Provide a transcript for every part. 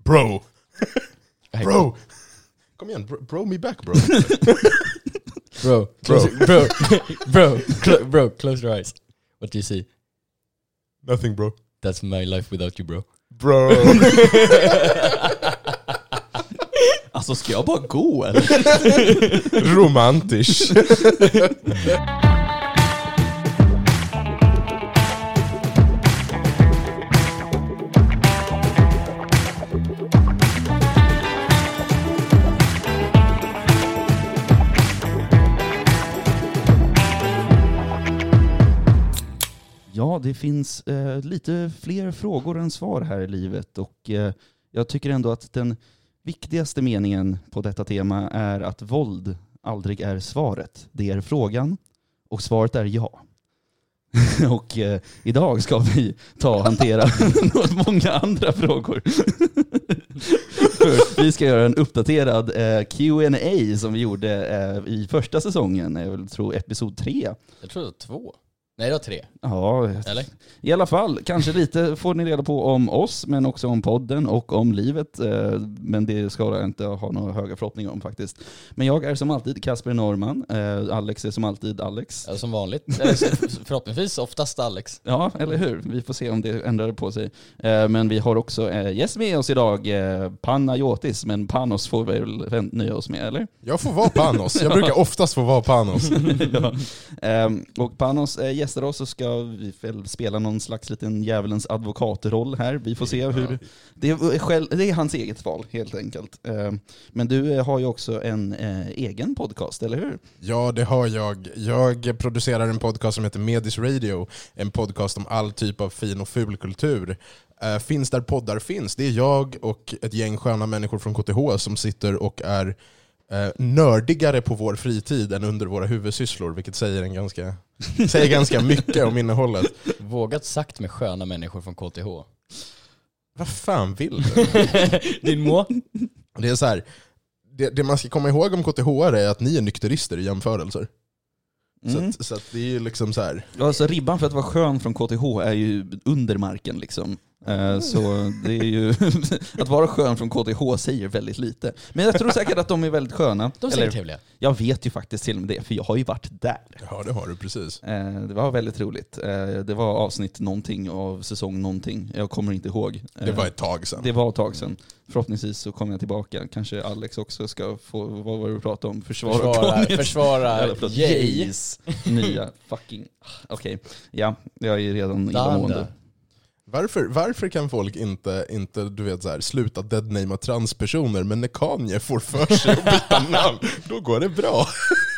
Bro. Bro. Kom igen, bro me back, bro. Bro, close your eyes. What do you see? Nothing, bro. That's my life without you, bro. Bro. Alltså ska jag bara gå eller? Romantisch. Ja, det finns lite fler frågor än svar här i livet och jag tycker ändå att den viktigaste meningen på detta tema är att våld aldrig är svaret. Det är frågan och svaret är ja. Och idag ska vi hantera många andra frågor. För vi ska göra en uppdaterad Q&A som vi gjorde i första säsongen. Jag tror episod 3. Jag tror det var 2. Nej, det var 3. Ja, eller? I alla fall, kanske lite får ni reda på om oss, men också om podden och om livet. Men det ska jag inte ha några höga förhoppningar om faktiskt. Men jag är som alltid Kasper Norman. Alex är som alltid Alex. Ja, som vanligt. Förhoppningsvis oftast Alex. Ja, eller hur? Vi får se om det ändrar på sig. Men vi har också gäst med oss idag, Panayotis. Men Panos får vi väl nöja oss med, eller? Jag får vara Panos. Jag brukar oftast få vara Panos. Ja. Och Panos gästar oss, så ska vi väl spela någon slags liten djävulens advokatroll här. Vi får se hur... Det är hans eget val, helt enkelt. Men du har ju också en egen podcast, eller hur? Ja, det har jag. Jag producerar en podcast som heter Medis Radio. En podcast om all typ av fin och ful kultur. Finns där poddar finns. Det är jag och ett gäng sköna människor från KTH som sitter och är nördigare på vår fritid än under våra huvudsysslor, vilket säger ganska mycket om innehållet. Vågat sagt med sköna människor från KTH. Vad fan vill du? Din må? Det är så här, det man ska komma ihåg om KTH är att ni är nykterister i jämförelser. Så att det är ju liksom så här. Ja, alltså ribban för att vara skön från KTH är ju under marken liksom. Så det är ju att vara skön från KTH säger väldigt lite. Men jag tror säkert att de är väldigt sköna. De säger trevliga. Jag vet ju faktiskt till och med det, för jag har ju varit där. Ja, det har du precis. Det var väldigt roligt. Det var avsnitt någonting av säsong någonting. Jag kommer inte ihåg. Det var ett tag sedan. Det var ett tag sedan. Förhoppningsvis så kommer jag tillbaka. Kanske Alex också ska få, vad var det vi pratade om? Försvara Jays nya fucking... Okej. Ja, jag är redan illamående. Varför kan folk inte du vet så här, sluta deadnamea transpersoner, men när Kanye får för sig att byta namn, då går det bra.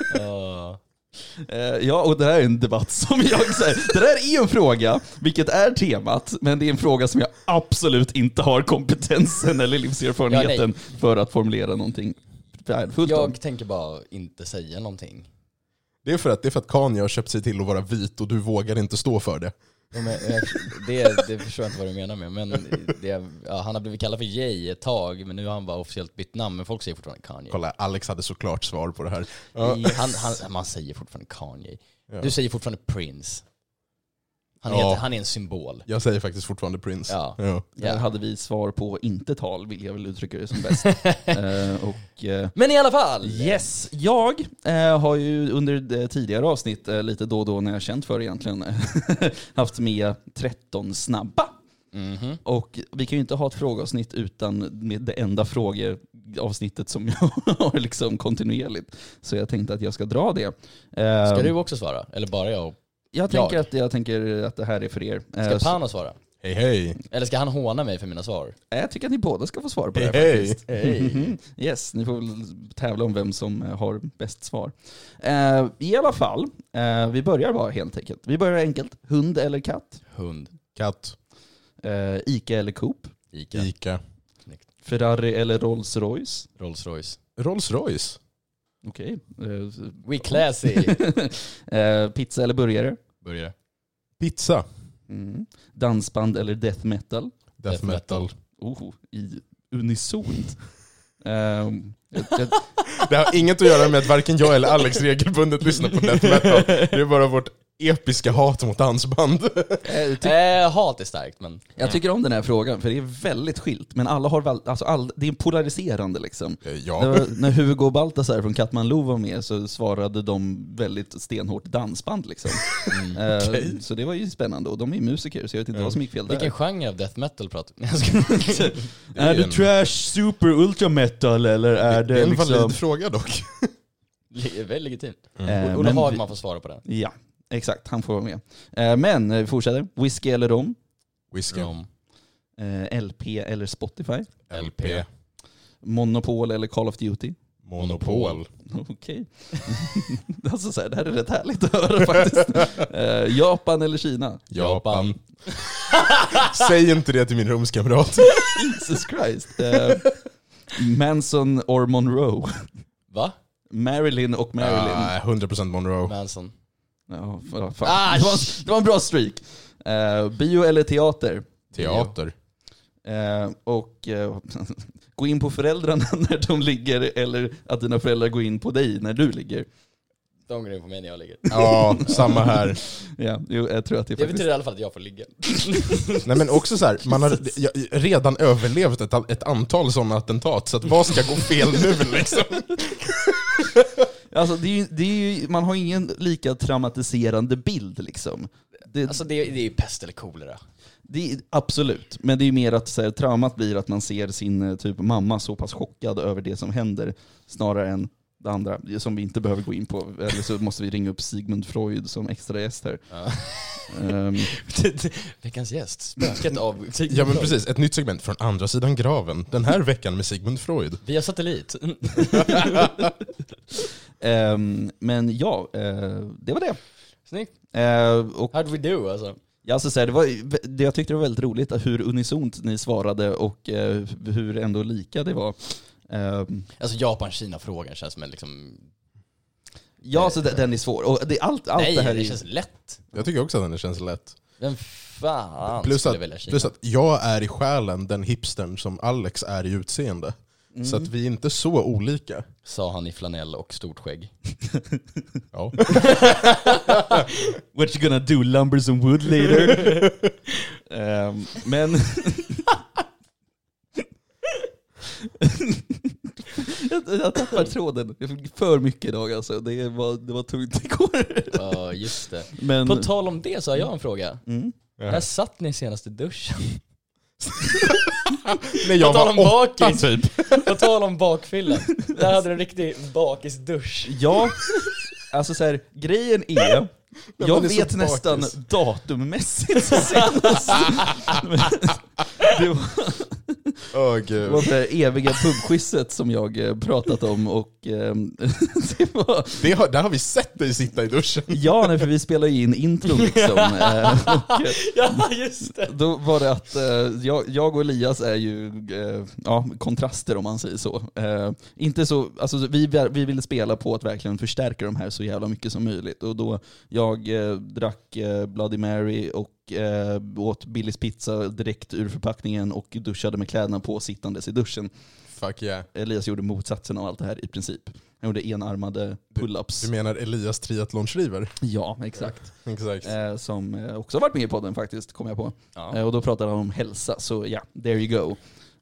Ja, och det här är en debatt som jag säger. Det där är en fråga, vilket är temat, men det är en fråga som jag absolut inte har kompetensen eller livserfarenheten för att formulera någonting värdefullt. Jag tänker bara inte säga någonting. Det är för att Kanye har köpt sig till att vara vit och du vågar inte stå för det. Det förstår jag inte vad du menar med. Men han har blivit kallad för Jay ett tag, men nu har han bara officiellt bytt namn. Men folk säger fortfarande Kanye. Kolla, Alex hade såklart svar på det här. Man säger fortfarande Kanye. Ja. Du säger fortfarande Prince. Han är en symbol. Jag säger faktiskt fortfarande Prince. Ja. Där hade vi svar på inte tal, vill jag väl uttrycka det som bäst. Men i alla fall! Yes, jag har ju under tidigare avsnitt lite då och då när jag känt för egentligen haft med 13 snabba. Mm-hmm. Och vi kan ju inte ha ett frågeavsnitt utan med det enda frågeavsnittet som jag har liksom kontinuerligt. Så jag tänkte att jag ska dra det. Ska du också svara? Eller bara jag? Jag tänker att det här är för er. Ska Panos svara? Hej. Eller ska han håna mig för mina svar? Jag tycker att ni båda ska få svara på det här faktiskt. Hej. Yes, ni får väl tävla om vem som har bäst svar. I alla fall, vi börjar bara helt enkelt. Vi börjar enkelt. Hund eller katt? Hund. Katt. Ica eller Coop? Ica. Ferrari eller Rolls-Royce? Rolls-Royce. Okej. We classy. Pizza eller burgare? Burgare. Pizza. Dansband eller death metal? Death metal. I unisont. Det har inget att göra med att varken jag eller Alex regelbundet lyssnar på death metal. Det är bara vårt episka hat mot dansband. Hat är starkt, men... Jag tycker om den här frågan, för det är väldigt skilt. Men alla har det är polariserande liksom. Ja. När Hugo och Baltasar från Katmanlu var med så svarade de väldigt stenhårt dansband liksom. Okay. Så det var ju spännande. Och de är musiker, så jag vet inte vad som gick fel där. Vilken genre av death metal pratar vi? Är det trash, super, ultra metal eller är det en liksom... valid fråga dock. Det är väldigt legitimt. Ola men Hagman får svara på den. Ja, exakt. Han får vara med. Men vi fortsätter. Whisky eller rom? Whisky. LP eller Spotify? LP. Monopol eller Call of Duty? Monopol. Okej. Alltså så här, det här är rätt härligt att höra faktiskt. Japan eller Kina? Japan. Säg inte det till min rumskamrat. Jesus Christ. Manson or Monroe? Va? Marilyn och Marilyn. 100% Monroe. Manson. Ja, fan. Det var en bra streak. Bio eller teater? Teater. Gå in på föräldrarna när de ligger, eller att dina föräldrar går in på dig när du ligger. De går in på mig när jag ligger. Ja, samma här. Ja, jag tror att det faktiskt... betyder i alla fall att jag får ligga. Nej, men också så här, man har redan överlevt ett antal sådana attentat, så att vad ska gå fel nu liksom? Alltså det är ju, man har ingen lika traumatiserande bild liksom. Det är ju pest eller kolera. Det är, absolut, men det är ju mer att så här, traumat blir att man ser sin typ mamma så pass chockad över det som händer, snarare än det andra som vi inte behöver gå in på. Eller så måste vi ringa upp Sigmund Freud som extra gäst här. Ja. Veckans gäst, spöket av Sigmund. Ja, men precis, ett nytt segment från andra sidan graven. Den här veckan med Sigmund Freud. Via satellit. Men ja, det var det. Snyggt. Och How'd we do alltså? ja, alltså, så här, jag tyckte det var väldigt roligt hur unisont ni svarade och hur ändå lika det var. Alltså Japan-Kina-frågan känns som en liksom... Ja, så den är svår. Och allt Nej, det här det är... känns lätt. Jag tycker också att den känns lätt. Vem fan Plus skulle välja Kina? plus att jag är i själen den hipstern som Alex är i utseende. Så att vi är inte så olika. Sa han i flanell och stort skägg. Ja. What you gonna do, lumber some wood later? Men... jag tappar tråden. Jag fick för mycket idag alltså. Det var tungt igår. Ja, just det. Men... På tal om det så har jag en fråga. Ja. När satt ni senast i duschen? När jag På tal om var 8 bakis. typ. På tal om bakfyllan. Där hade du en riktig bakisdusch. Ja, alltså så här, grejen är... Men Jag man är så vet nästan bakis. datummässigt så senast. Det var... Gud. Det var det här eviga pubquizet som jag pratat om och det var... Där har vi sett dig sitta i duschen. Ja, nej, för vi spelar ju in intro liksom. Ja, just det. Då var det att jag och Elias är ju kontraster om man säger så. Inte så, alltså vi ville spela på att verkligen förstärka de här så jävla mycket som möjligt. Och då jag drack Bloody Mary och åt Billys pizza direkt ur förpackningen och duschade med kläderna på sittandes i duschen. Fuck yeah. Elias gjorde motsatsen av allt det här i princip. Han gjorde enarmade pull-ups. Du menar Elias triathlonskriver? Ja, exakt. Exakt. Som också har varit med i podden faktiskt, kom jag på. Ja. Och då pratade han om hälsa, så ja, there you go.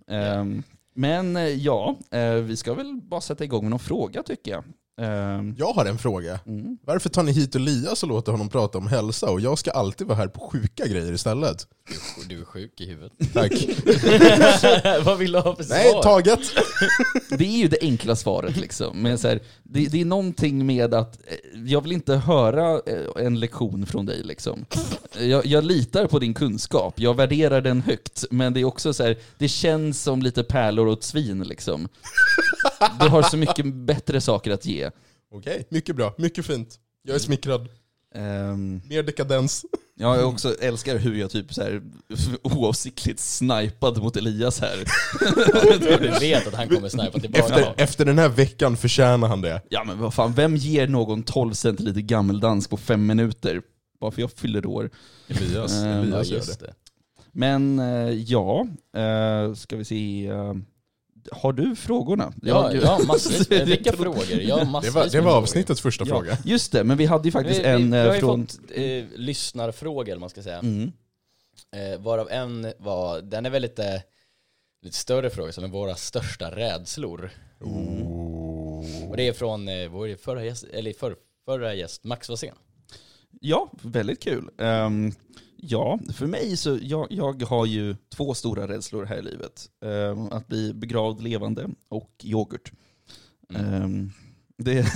Men vi ska väl bara sätta igång med någon fråga tycker jag. Jag har en fråga. Varför tar ni hit Elias och låter honom prata om hälsa och jag ska alltid vara här på sjuka grejer istället? Du är sjuk i huvudet. Tack. Vad vill du ha för svar? Nej, taget. Det är ju det enkla svaret liksom. Men så här, det är någonting med att jag vill inte höra en lektion från dig liksom. Jag litar på din kunskap. Jag värderar den högt. Men det är också så här, det känns som lite pärlor åt svin liksom. Du har så mycket bättre saker att ge. Okej, mycket bra. Mycket fint. Jag är smickrad. Mer dekadens. Ja, jag också älskar hur jag typ så här oavsiktligt snipad mot Elias här. Du vet att han kommer snipa tillbaka. Efter den här veckan förtjänar han det. Ja, men vad fan, vem ger någon 12 centiliter gammeldans på 5 minuter? Bara för jag fyller år. Elias Ja, gör just det. det. Men ska vi se. har du frågorna? Ja, massvis. Vilka frågor? Ja, massvis. Det var avsnittets första fråga. Just det, men vi hade ju faktiskt vi har från... ju fått lyssnarfrågor, man ska säga. Varav en var, den är väl lite större fråga, som är våra största rädslor. Och det är från vår förra gäst, Max Wassén. Ja, väldigt kul. Ja, för mig så jag har ju 2 stora rädslor här i livet. Att bli begravd levande och yoghurt. Det...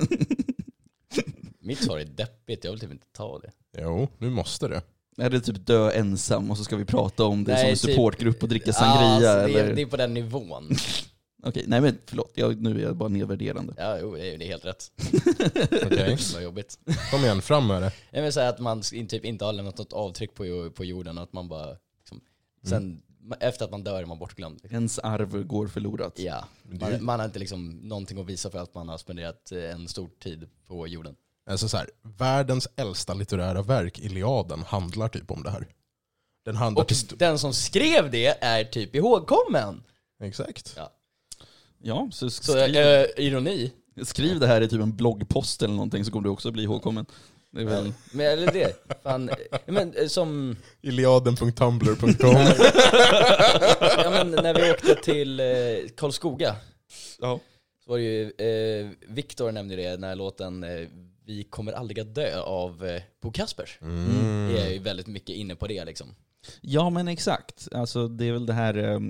Mitt svar är deppigt, jag vill typ inte ta det. Jo, nu måste det. Är det typ dö ensam och så ska vi prata om det som en typ, supportgrupp och dricka sangria? Alltså, eller? det är på den nivån. Okej, nej men förlåt, nu är jag bara nedvärderande. Ja, jo, det är helt rätt. Okej. Vad jobbigt. Kom igen, fram med det. Jag vill säga att man typ inte har lämnat något avtryck på jorden, och att man bara liksom, sen efter att man dör är man bortglömd. Liksom. Ens arv går förlorat. Ja, man har inte liksom någonting att visa för att man har spenderat en stor tid på jorden. Alltså så här, världens äldsta litterära verk, Iliaden, handlar typ om det här. Den handlar Och den som skrev det är typ ihågkommen. Exakt. Ja, så ironi. skriv det här i typ en bloggpost eller någonting, så kommer du också bli ihågkommen. Det är väl... Men eller det, fan, men som... Iliaden.tumblr.com. Ja, men när vi åkte till Karlskoga, Ja. så var det ju, Viktor nämnde det, den här låten Vi kommer aldrig att dö av Bo Kaspers. Det är ju väldigt mycket inne på det liksom. Ja, men exakt. Alltså, det är väl det här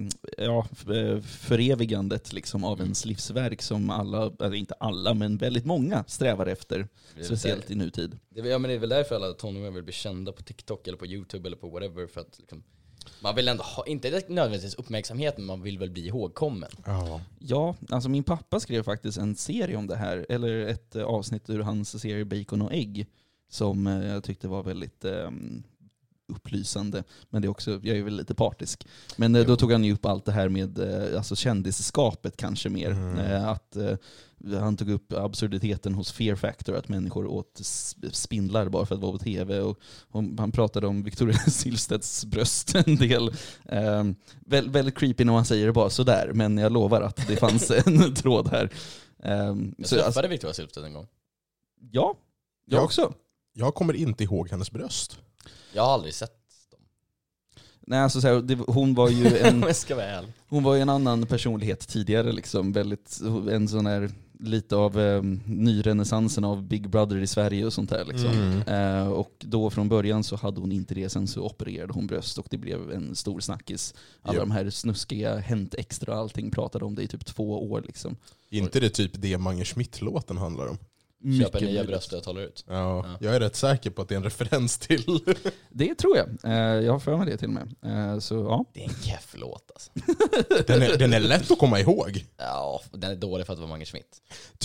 förevigandet liksom, av ens livsverk som alla, eller inte alla, men väldigt många strävar efter, speciellt i nutid. Ja, men det är väl därför alla tonåringar vill bli kända på TikTok eller på YouTube eller på whatever, för att liksom, man vill ändå ha, inte nödvändigtvis uppmärksamhet, men man vill väl bli ihågkommen. Ja, alltså min pappa skrev faktiskt en serie om det här, eller ett avsnitt ur hans serie Bacon och ägg, som jag tyckte var väldigt upplysande, men det är också, jag är väl lite partisk. Men då tog han ju upp allt det här med alltså kändisskapet kanske mer. Att han tog upp absurditeten hos Fear Factor, att människor åt spindlar bara för att vara på tv, och han pratade om Victoria Silvstedts bröst en del. Väldigt creepy när man säger det bara sådär, men jag lovar att det fanns en tråd här. Jag träffade Victoria Silvstedt en gång. Ja, jag också. Jag kommer inte ihåg hennes bröst. Jag har aldrig sett dem. Nej, alltså hon var ju hon var ju en annan personlighet tidigare liksom, väldigt en sån här lite av nyrenässansen av Big Brother i Sverige och sånt där liksom. Och då från början så hade hon inte det, sen så opererade hon bröst och det blev en stor snackis. Alla de här snuskiga Hänt Extra, allting pratade om det i typ 2 år liksom. Inte det typ det Mange Schmidt-låten handlar om? Köpa nya bröst och talar ut. Ja, jag är rätt säker på att det är en referens till. Det tror jag. Jag har för mig det till och med. Så, ja. Det är en keff låt alltså. Den är lätt att komma ihåg. Ja, den är dålig för att vara Mange Schmidt.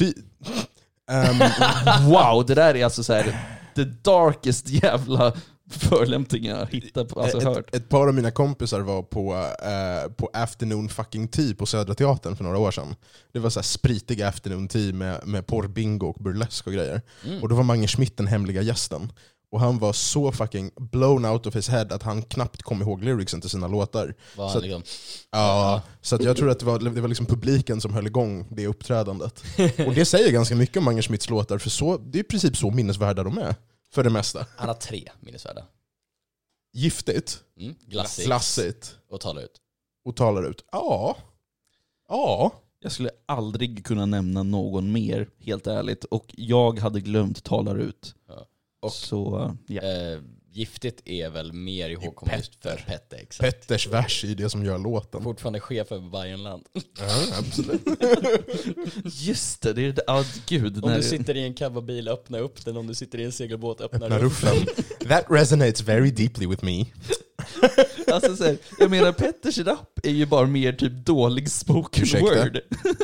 Wow, det där är alltså så här the darkest jävla förlämpning jag hittat på, alltså hört. Ett par av mina kompisar var på afternoon fucking tea på Södra Teatern för några år sedan. Det var så här spritig afternoon tea med porrbingo och burlesk och grejer. Och då var Mange Schmidt den hemliga gästen. Och han var så fucking blown out of his head att han knappt kom ihåg lyricsen till sina låtar. Så liksom? Ja, så att jag tror att det var liksom publiken som höll igång det uppträdandet. Och det säger ganska mycket om Mange Schmidts låtar, för det är i princip så minnesvärda de är. För det mesta. Han har 3 minnesvärda. Giftigt. Glassigt. Och talar ut. Ja. Jag skulle aldrig kunna nämna någon mer, helt ärligt. Och jag hade glömt talar ut. Ja. Och så, Giftigt är väl mer ihågkommet just för Petter. Exakt. Petters vers i det som gör låten. Fortfarande chef över Bayernland. Ja, absolut. Just det, det är gud. Om du sitter i en coverbil, öppna upp den. Om du sitter i en segelbåt, öppna ruffen. That resonates very deeply with me. Alltså så här, jag menar, Petters rap är ju bara mer typ dålig spoken word.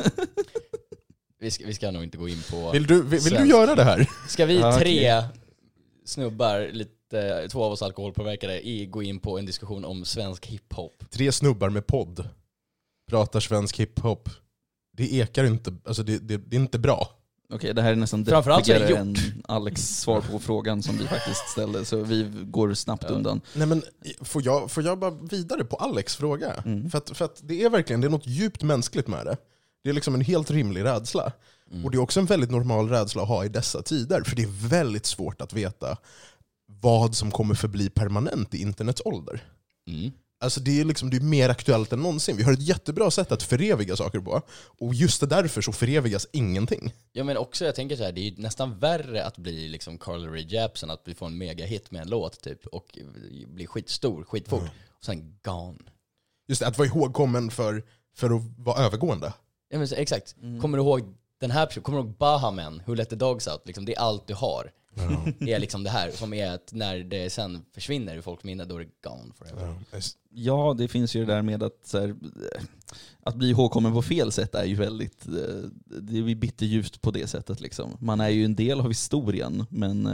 Vi ska nog inte gå in på... Vill du göra det här? Ska vi 3 snubbar, lite 2 av oss alkoholpåverkade, gå in på en diskussion om svensk hiphop? 3 snubbar med podd pratar svensk hiphop. Det ekar inte, alltså det är inte bra. Okej, det här är nästan Framförallt så är det deppigare än Alex svar på frågan som vi faktiskt ställde, så vi går snabbt undan. Nej, men får jag bara vidare på Alex fråga? För att det är något djupt mänskligt med det. Det är liksom en helt rimlig rädsla. Och det är också en väldigt normal rädsla att ha i dessa tider. För det är väldigt svårt att veta vad som kommer förbli permanent i internets ålder. Alltså det är mer aktuellt än någonsin. Vi har ett jättebra sätt att föreviga saker på. Och just därför så förevigas ingenting. Ja, men också jag tänker så här, det är nästan värre att bli liksom Carly Rae Jepsen, att vi får en megahit med en låt typ och bli skitstor, skitfort och sen gone. Just det, att vara ihågkommen för att vara övergående. Ja, men så, exakt. Kommer du ihåg den här personen? Kommer du ihåg Bahamen, Who Let the Dogs Out? Liksom, det är allt du har. Det är liksom det här som är att när det sen försvinner i folks minne, då är det gone forever. Ja, det finns ju det där med att så här, att bli ihågkommen på fel sätt är ju väldigt, det är bitterljust på det sättet liksom. Man är ju en del av historien, men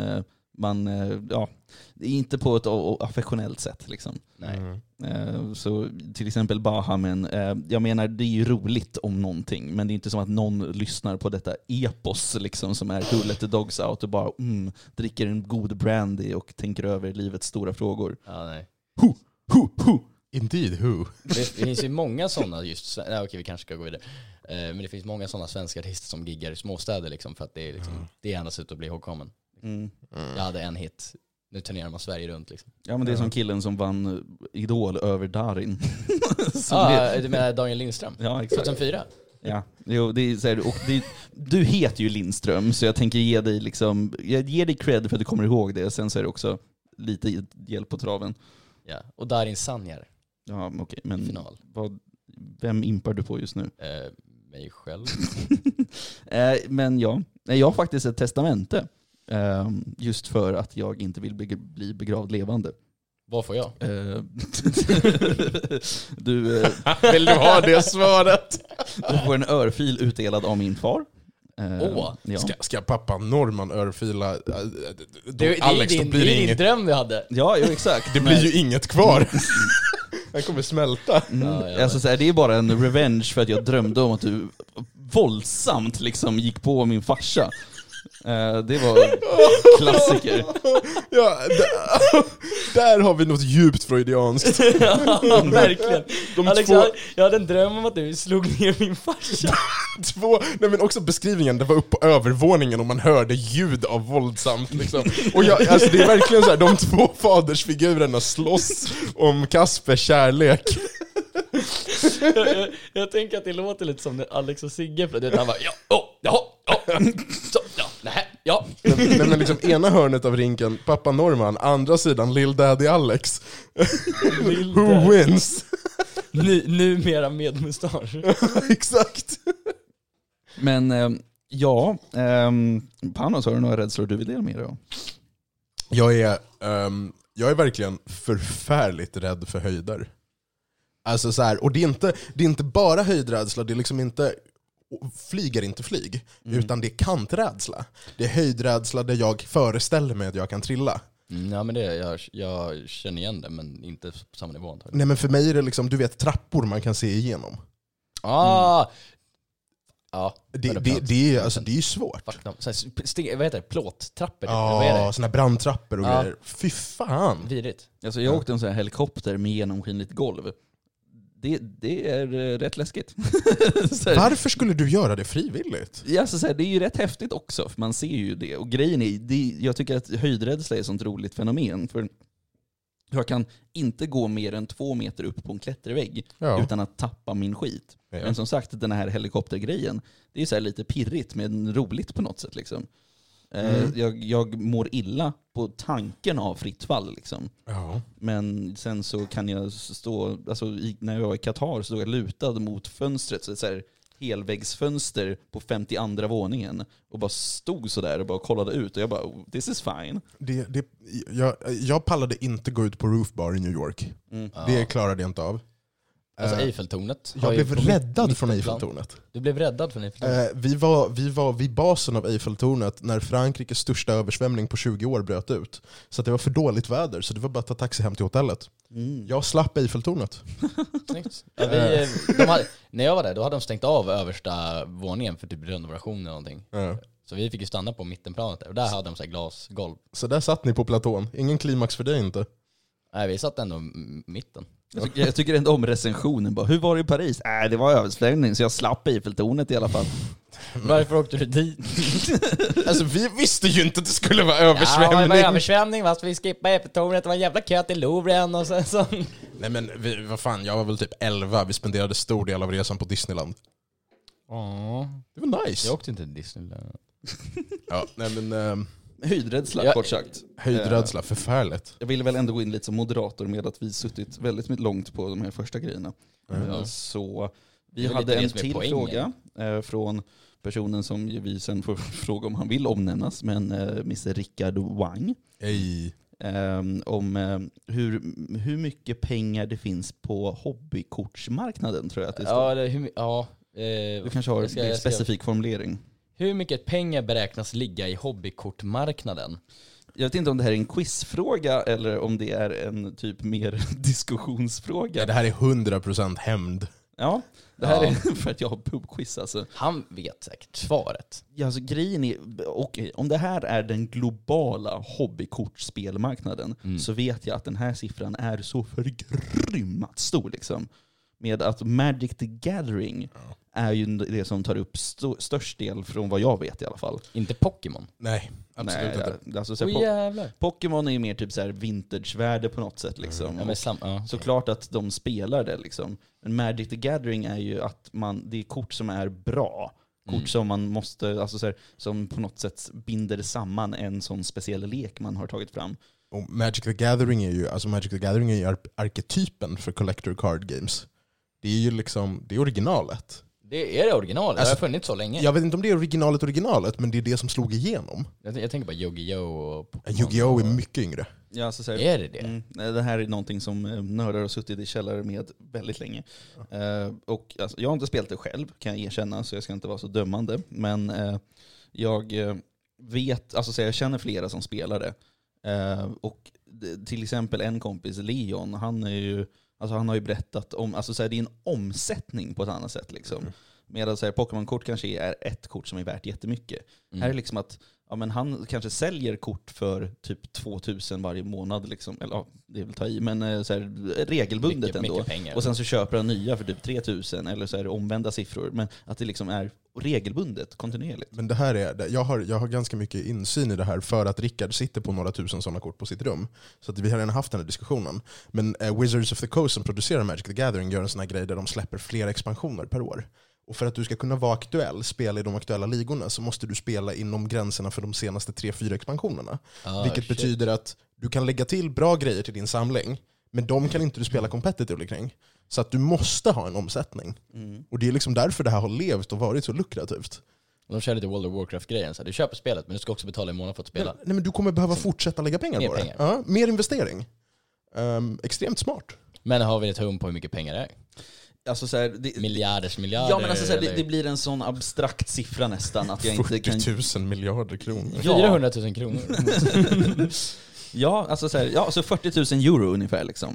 det är inte på ett affektionellt sätt liksom. Nej. Så till exempel Bahamen, jag menar det är ju roligt om någonting, men det är inte som att någon lyssnar på detta epos liksom, som är Who Let the Dogs Out och bara dricker en god brandy och tänker över livets stora frågor. Ja, nej. Indeed, who? Det finns ju många sådana just, okej, vi kanske ska gå vidare. Men det finns många sådana svenska artister som giggar i småstäder liksom, för att det är liksom, det är endast ut att bli ihågkommen. Jag hade en hit. Nu turnerar man Sverige runt liksom. Ja, men det är som killen som vann Idol över Darin. Du menar Daniel Lindström? Ja, exakt. 2004? Ja, jo, det är så här, och du heter ju Lindström, så jag tänker ge dig liksom, jag ger dig cred för att du kommer ihåg det. Sen så är det också lite hjälp på traven. Ja, och Darin Sanjar. Ja, okej, men final. Vem impar du på just nu? Mig själv. Men ja, jag har faktiskt ett testamente. Just för att jag inte vill bli begravd levande. Vad får jag? Vill du ha det svaret? Du får en örfil utdelad av min far. Ja. Ska pappa Norman örfila Alex, det är din dröm vi hade. Ja, exakt. Det blir ju inget kvar. Han kommer smälta. Alltså, så här, det är bara en revenge för att jag drömde om att du våldsamt liksom gick på min farsa. Det var klassiker. Ja, där har vi något djupt freudianskt. Ja, verkligen. Alex, jag hade en dröm om att du slog ner min farsa. Nej, men också beskrivningen, det var upp på övervåningen och man hörde ljud av våldsamt liksom. Och alltså, det är verkligen så här, de två fadersfigurerna slåss om Kaspers kärlek. Jag tänker att det låter lite som när Alex och Sigge, för han bara Nej, men liksom ena hörnet av rinken pappa Norman, andra sidan Lil Daddy Alex. Who wins? Numera med mustasch. Exakt. Men Panos, har du några rädslor du vill dela med dig om? Jag är verkligen förfärligt rädd för höjder. Alltså så här, och det är inte bara höjdrädsla, det är liksom inte flyger inte flyg, utan det är kanträdsla. Det är höjdrädsla där jag föreställer mig att jag kan trilla. Ja, men jag känner igen det, men inte på samma nivå antagligen. Nej, men för mig är det liksom, du vet, trappor man kan se igenom. Ja, det är ju svårt. Vad heter det? Plåttrappor? Ja, såna brandtrappor och grejer. Fy fan. Vidrigt. Alltså, jag åkte en sån här helikopter med genomskinligt golv. Det är rätt läskigt. Varför skulle du göra det frivilligt? Ja, så här, det är ju rätt häftigt också, för man ser ju det. Och grejen är, jag tycker att höjdrädsla är ett sånt roligt fenomen. För jag kan inte gå mer än 2 meter upp på en klättervägg utan att tappa min skit. Ja. Men som sagt, den här helikoptergrejen, det är så här lite pirrigt men roligt på något sätt liksom. Jag mår illa på tanken av fritt fall liksom. Men sen så kan jag stå, alltså när jag var i Qatar så stod jag lutad mot fönstret, så här helväggsfönster på 52:a våningen, och bara stod så där och bara kollade ut, och jag bara, this is fine. Jag pallade inte gå ut på Roof Bar i New York. Det klarade jag inte av. Alltså Eiffeltornet. Jag blev räddad från Eiffeltornet. Du blev räddad från Eiffeltornet? Vi var vid basen av Eiffeltornet när Frankrikes största översvämning på 20 år bröt ut. Så att det var för dåligt väder, så det var bara att ta taxi hem till hotellet. Jag slapp Eiffeltornet. När jag var där, då hade de stängt av översta våningen för typ renovation eller någonting. Så vi fick ju stanna på mittenplanet där. Och där hade de så här glasgolv. Så där satt ni på platån. Ingen klimax för dig inte? Nej, vi satt ändå mitten. Jag tycker ändå om recensionen. Bara, hur var det i Paris? Det var översvämning så jag slapp Eiffeltornet i alla fall. Varför åkte du dit? Alltså vi visste ju inte att det skulle vara översvämning. Ja, det var översvämning fast vi skippade Eiffeltornet. Det var en jävla kö till Louvren och sen så... Nej men vad fan, jag var väl typ 11. Vi spenderade stor del av resan på Disneyland. Det var nice. Jag åkte inte till Disneyland. Ja, nej men... Höjdrädsla, kort sagt. Höjdrädsla, förfärligt. Jag ville väl ändå gå in lite som moderator med att vi suttit väldigt långt på de här första grejerna. Så vi hade en till fråga från personen som vi sen får fråga om han vill omnämnas, men Mr. Rickard Wang. Ej. Om hur mycket pengar det finns på hobbykortsmarknaden, tror jag att det står. Du kanske har en specifik formulering. Hur mycket pengar beräknas ligga i hobbykortmarknaden? Jag vet inte om det här är en quizfråga eller om det är en typ mer diskussionsfråga. Ja, det här är 100% hämnd. Ja, det här är för att jag har pubquiz alltså. Han vet säkert svaret. Ja, alltså grejen är, okej, om det här är den globala hobbykortspelmarknaden så vet jag att den här siffran är så förgrymmat stor liksom. Med att Magic the Gathering är ju det som tar upp störst del från vad jag vet i alla fall. Inte Pokémon? Nej, absolut inte. Alltså, Pokémon är ju mer typ så här vintagevärde på något sätt liksom. Såklart att de spelar det liksom. Men Magic the Gathering är ju att det är kort som är bra. Kort som man måste, alltså så här, som på något sätt binder samman en sån speciell lek man har tagit fram. Och Magic the Gathering är ju arketypen för collector card games. Det är ju liksom, det är originalet. Det är det originalet, det har funnits så länge. Jag vet inte om det är originalet, men det är det som slog igenom. Jag tänker bara Yu-Gi-Oh! Och Pokémon. Yu-Gi-Oh! Är mycket yngre. Ja, alltså så här, är det? Det här är någonting som nördar har suttit i källare med väldigt länge. Och alltså, jag har inte spelat det själv, kan jag erkänna, så jag ska inte vara så dömande. Men jag vet, alltså så jag känner flera som spelar det. Och till exempel en kompis, Leon, han har ju berättat om, alltså så här, det är en omsättning på ett annat sätt liksom. Medan så här, Pokémon-kort kanske är ett kort som är värt jättemycket. Här är liksom att men han kanske säljer kort för typ 2000 varje månad liksom. Eller det är väl ta i, men så här, regelbundet ändå. Och sen så köper han nya för typ 3000 eller så är det omvända siffror. Men att det liksom är regelbundet, kontinuerligt. Men det här är, jag har ganska mycket insyn i det här för att Rickard sitter på några tusen sådana kort på sitt rum. Så att vi har redan haft den här diskussionen. Men Wizards of the Coast som producerar Magic the Gathering gör en sån här grej där de släpper flera expansioner per år. Och för att du ska kunna vara aktuell, spela i de aktuella ligorna, så måste du spela inom gränserna för de senaste 3-4 expansionerna. Vilket betyder att du kan lägga till bra grejer till din samling, men de kan inte du spela competitively kring. Så att du måste ha en omsättning. Och det är liksom därför det här har levt och varit så lukrativt. De kör lite World of Warcraft-grejen. Så du köper spelet, men du ska också betala i månaden för att spela. Nej, men du kommer behöva fortsätta lägga pengar på det. Ja, mer investering. Extremt smart. Men har vi ett hum på hur mycket pengar det är? Alltså så här, miljarder. Ja, men alltså så här, det blir en sån abstrakt siffra nästan att jag inte kan... 40 000 miljarder kronor. 400 000 kronor. Ja, alltså så här, ja, så 40 000 euro ungefär liksom.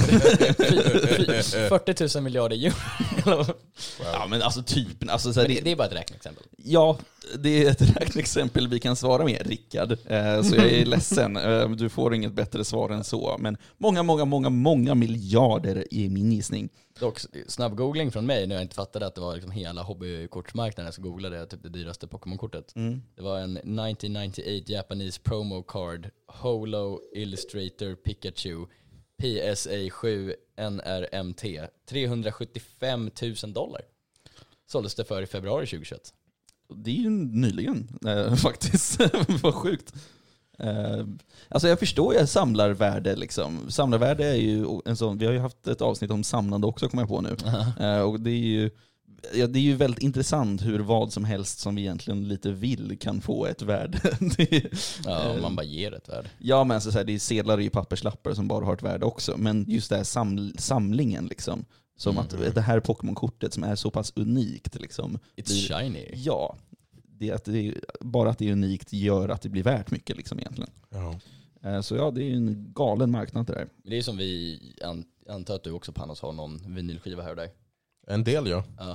40 000 miljarder euro. Wow. Ja, men alltså typen, alltså så här, det är bara ett räkneexempel. Ja, det är ett räkneexempel vi kan svara med, Rickard. Så jag är ledsen, du får inget bättre svar än så. Men många miljarder är min gissning. Dock, snabb googling från mig när jag inte fattade att det var liksom hela hobbykortsmarknaden, så googlade jag typ det dyraste Pokémon-kortet. Det var en 1998 Japanese promo card Holo Illustrator Pikachu PSA 7 NRMT $375,000 såldes det för i februari 2021. Det är ju nyligen faktiskt. Vad sjukt. Alltså jag förstår ju samlarvärde liksom. Samlarvärde är ju en sån, vi har ju haft ett avsnitt om samlande också, kommer jag på nu. Och det är ju väldigt intressant hur vad som helst som vi egentligen lite vill kan få ett värde. Ja, om man bara ger ett värde. Ja, men så här, det är sedlar i papperslappar som bara har ett värde också. Men just det här samlingen liksom. Som att det här Pokémon-kortet som är så pass unikt liksom. It's shiny. Ja. Bara att det är unikt gör att det blir värt mycket liksom egentligen. Så ja, det är en galen marknad det där. Det är som vi antar att du också, Panos, har någon vinylskiva här och där. En del, ja.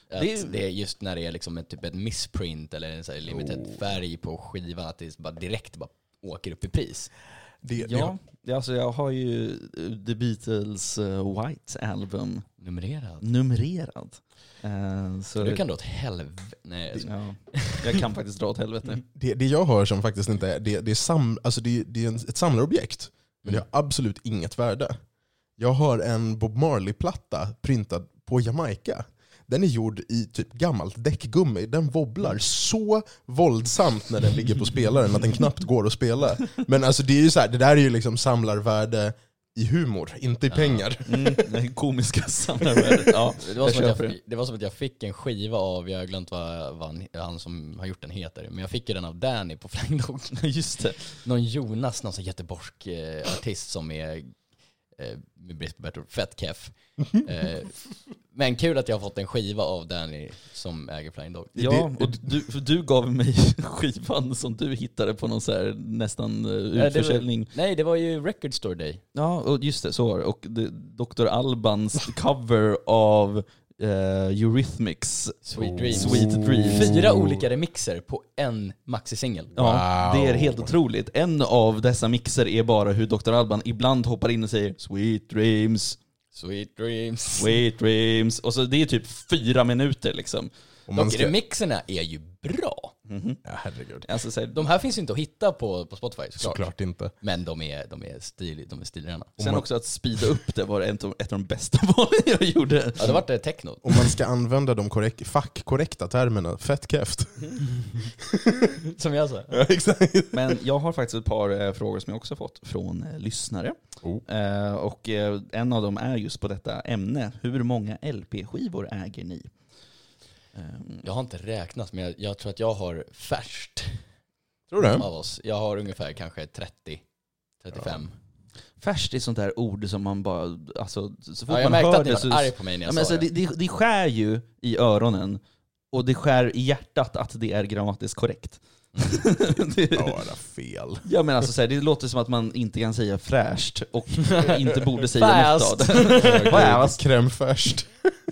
Det är just när det är liksom ett missprint eller en så här limited färg på skivan, att det bara direkt bara åker upp i pris. Alltså jag har ju The Beatles White Album numrerad. Så du kan dra åt helvete. Nej, jag kan faktiskt dra åt helvete. Det jag hör som faktiskt inte är, det är ett samlarobjekt, men det har absolut inget värde. Jag har en Bob Marley-platta printad på Jamaica. Den är gjord i typ gammalt däckgummi. Den wobblar så våldsamt när den ligger på spelaren att den knappt går att spela. Men alltså det är ju så här, det där är ju liksom samlarvärde i humor, inte i pengar. Det komiska samlarvärdet. Ja, det var som att jag fick en skiva av, jag har glömt vad han som har gjort den heter, men jag fick ju den av Danny på Flying Dog. Just det. Någon Jonas, någon sån jätteborsk artist som är med brist på bättre ord, fett keff. Men kul att jag har fått en skiva av Danny som äger Flying Dog. Ja, och du gav mig skivan som du hittade på någon så här nästan utförsäljning. Nej, det var ju Record Store Day. Ja, och just det, så var det. Och Dr. Albans cover av Eurythmics Sweet Dreams. Sweet Dreams. 4 olika remixer på en maxi-singel. Ja, det är helt otroligt. En av dessa mixer är bara hur Dr. Alban ibland hoppar in och säger Sweet Dreams, Sweet Dreams, Sweet Dreams. Och så det är typ 4 minuter liksom. Och remixerna är ju bra. Ja, herregud. Alltså, så här, de här finns ju inte att hitta på Spotify, såklart inte. Men de är stilrena. Sen också att speeda upp det var ett av de bästa valen jag gjorde. Ja, det var det techno. Om man ska använda de fackkorrekta termerna, fett keft. Som jag sa. Ja, exakt. Men jag har faktiskt ett par frågor som jag också fått från lyssnare. Och en av dem är just på detta ämne. Hur många LP-skivor äger ni? Jag har inte räknat, men jag tror att jag har färskt. Tror du? Av oss. Jag har ungefär kanske 30-35. Ja. Färskt är sånt där ord som man bara... Alltså, så fort jag man hör att det så... arg på mig när jag sa det skär ju i öronen. Och det skär i hjärtat att det är grammatiskt korrekt. Bara fel. Ja, men alltså, så här, det låter som att man inte kan säga fräscht och inte borde säga något av det. Fast. Krämfärst.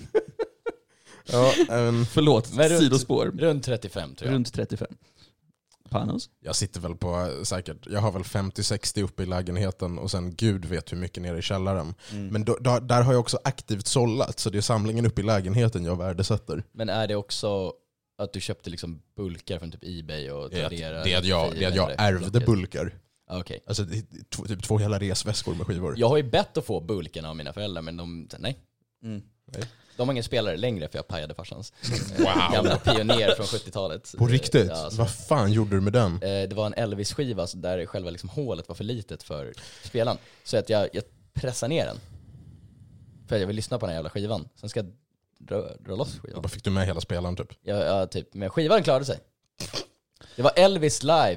Förlåt, sidospår. Runt 35 tror jag. Runt 35. Panos? Jag sitter väl på säkert, jag har väl 50-60 uppe i lägenheten och sen Gud vet hur mycket nere i källaren. Men där har jag också aktivt sållat, så det är samlingen uppe i lägenheten jag värdesätter. Men är det också att du köpte liksom bulkar från typ eBay och Tradera? Det är att jag ärvde bulkar. Okay. Alltså typ 2 hela resväskor med skivor. Jag har ju bett att få bulkarna av mina föräldrar, men de nej. De har ingen spelare längre för jag pajade farsans gamla pionjär från 70-talet. På riktigt? Ja, vad fan gjorde du med den? Det var en Elvis-skiva där själva liksom hålet var för litet för spelaren. Så att jag pressade ner den. För jag vill lyssna på den här jävla skivan. Sen ska jag dra loss skivan. Vad fick du med hela spelaren typ? Ja, typ. Men skivan klarade sig. Det var Elvis live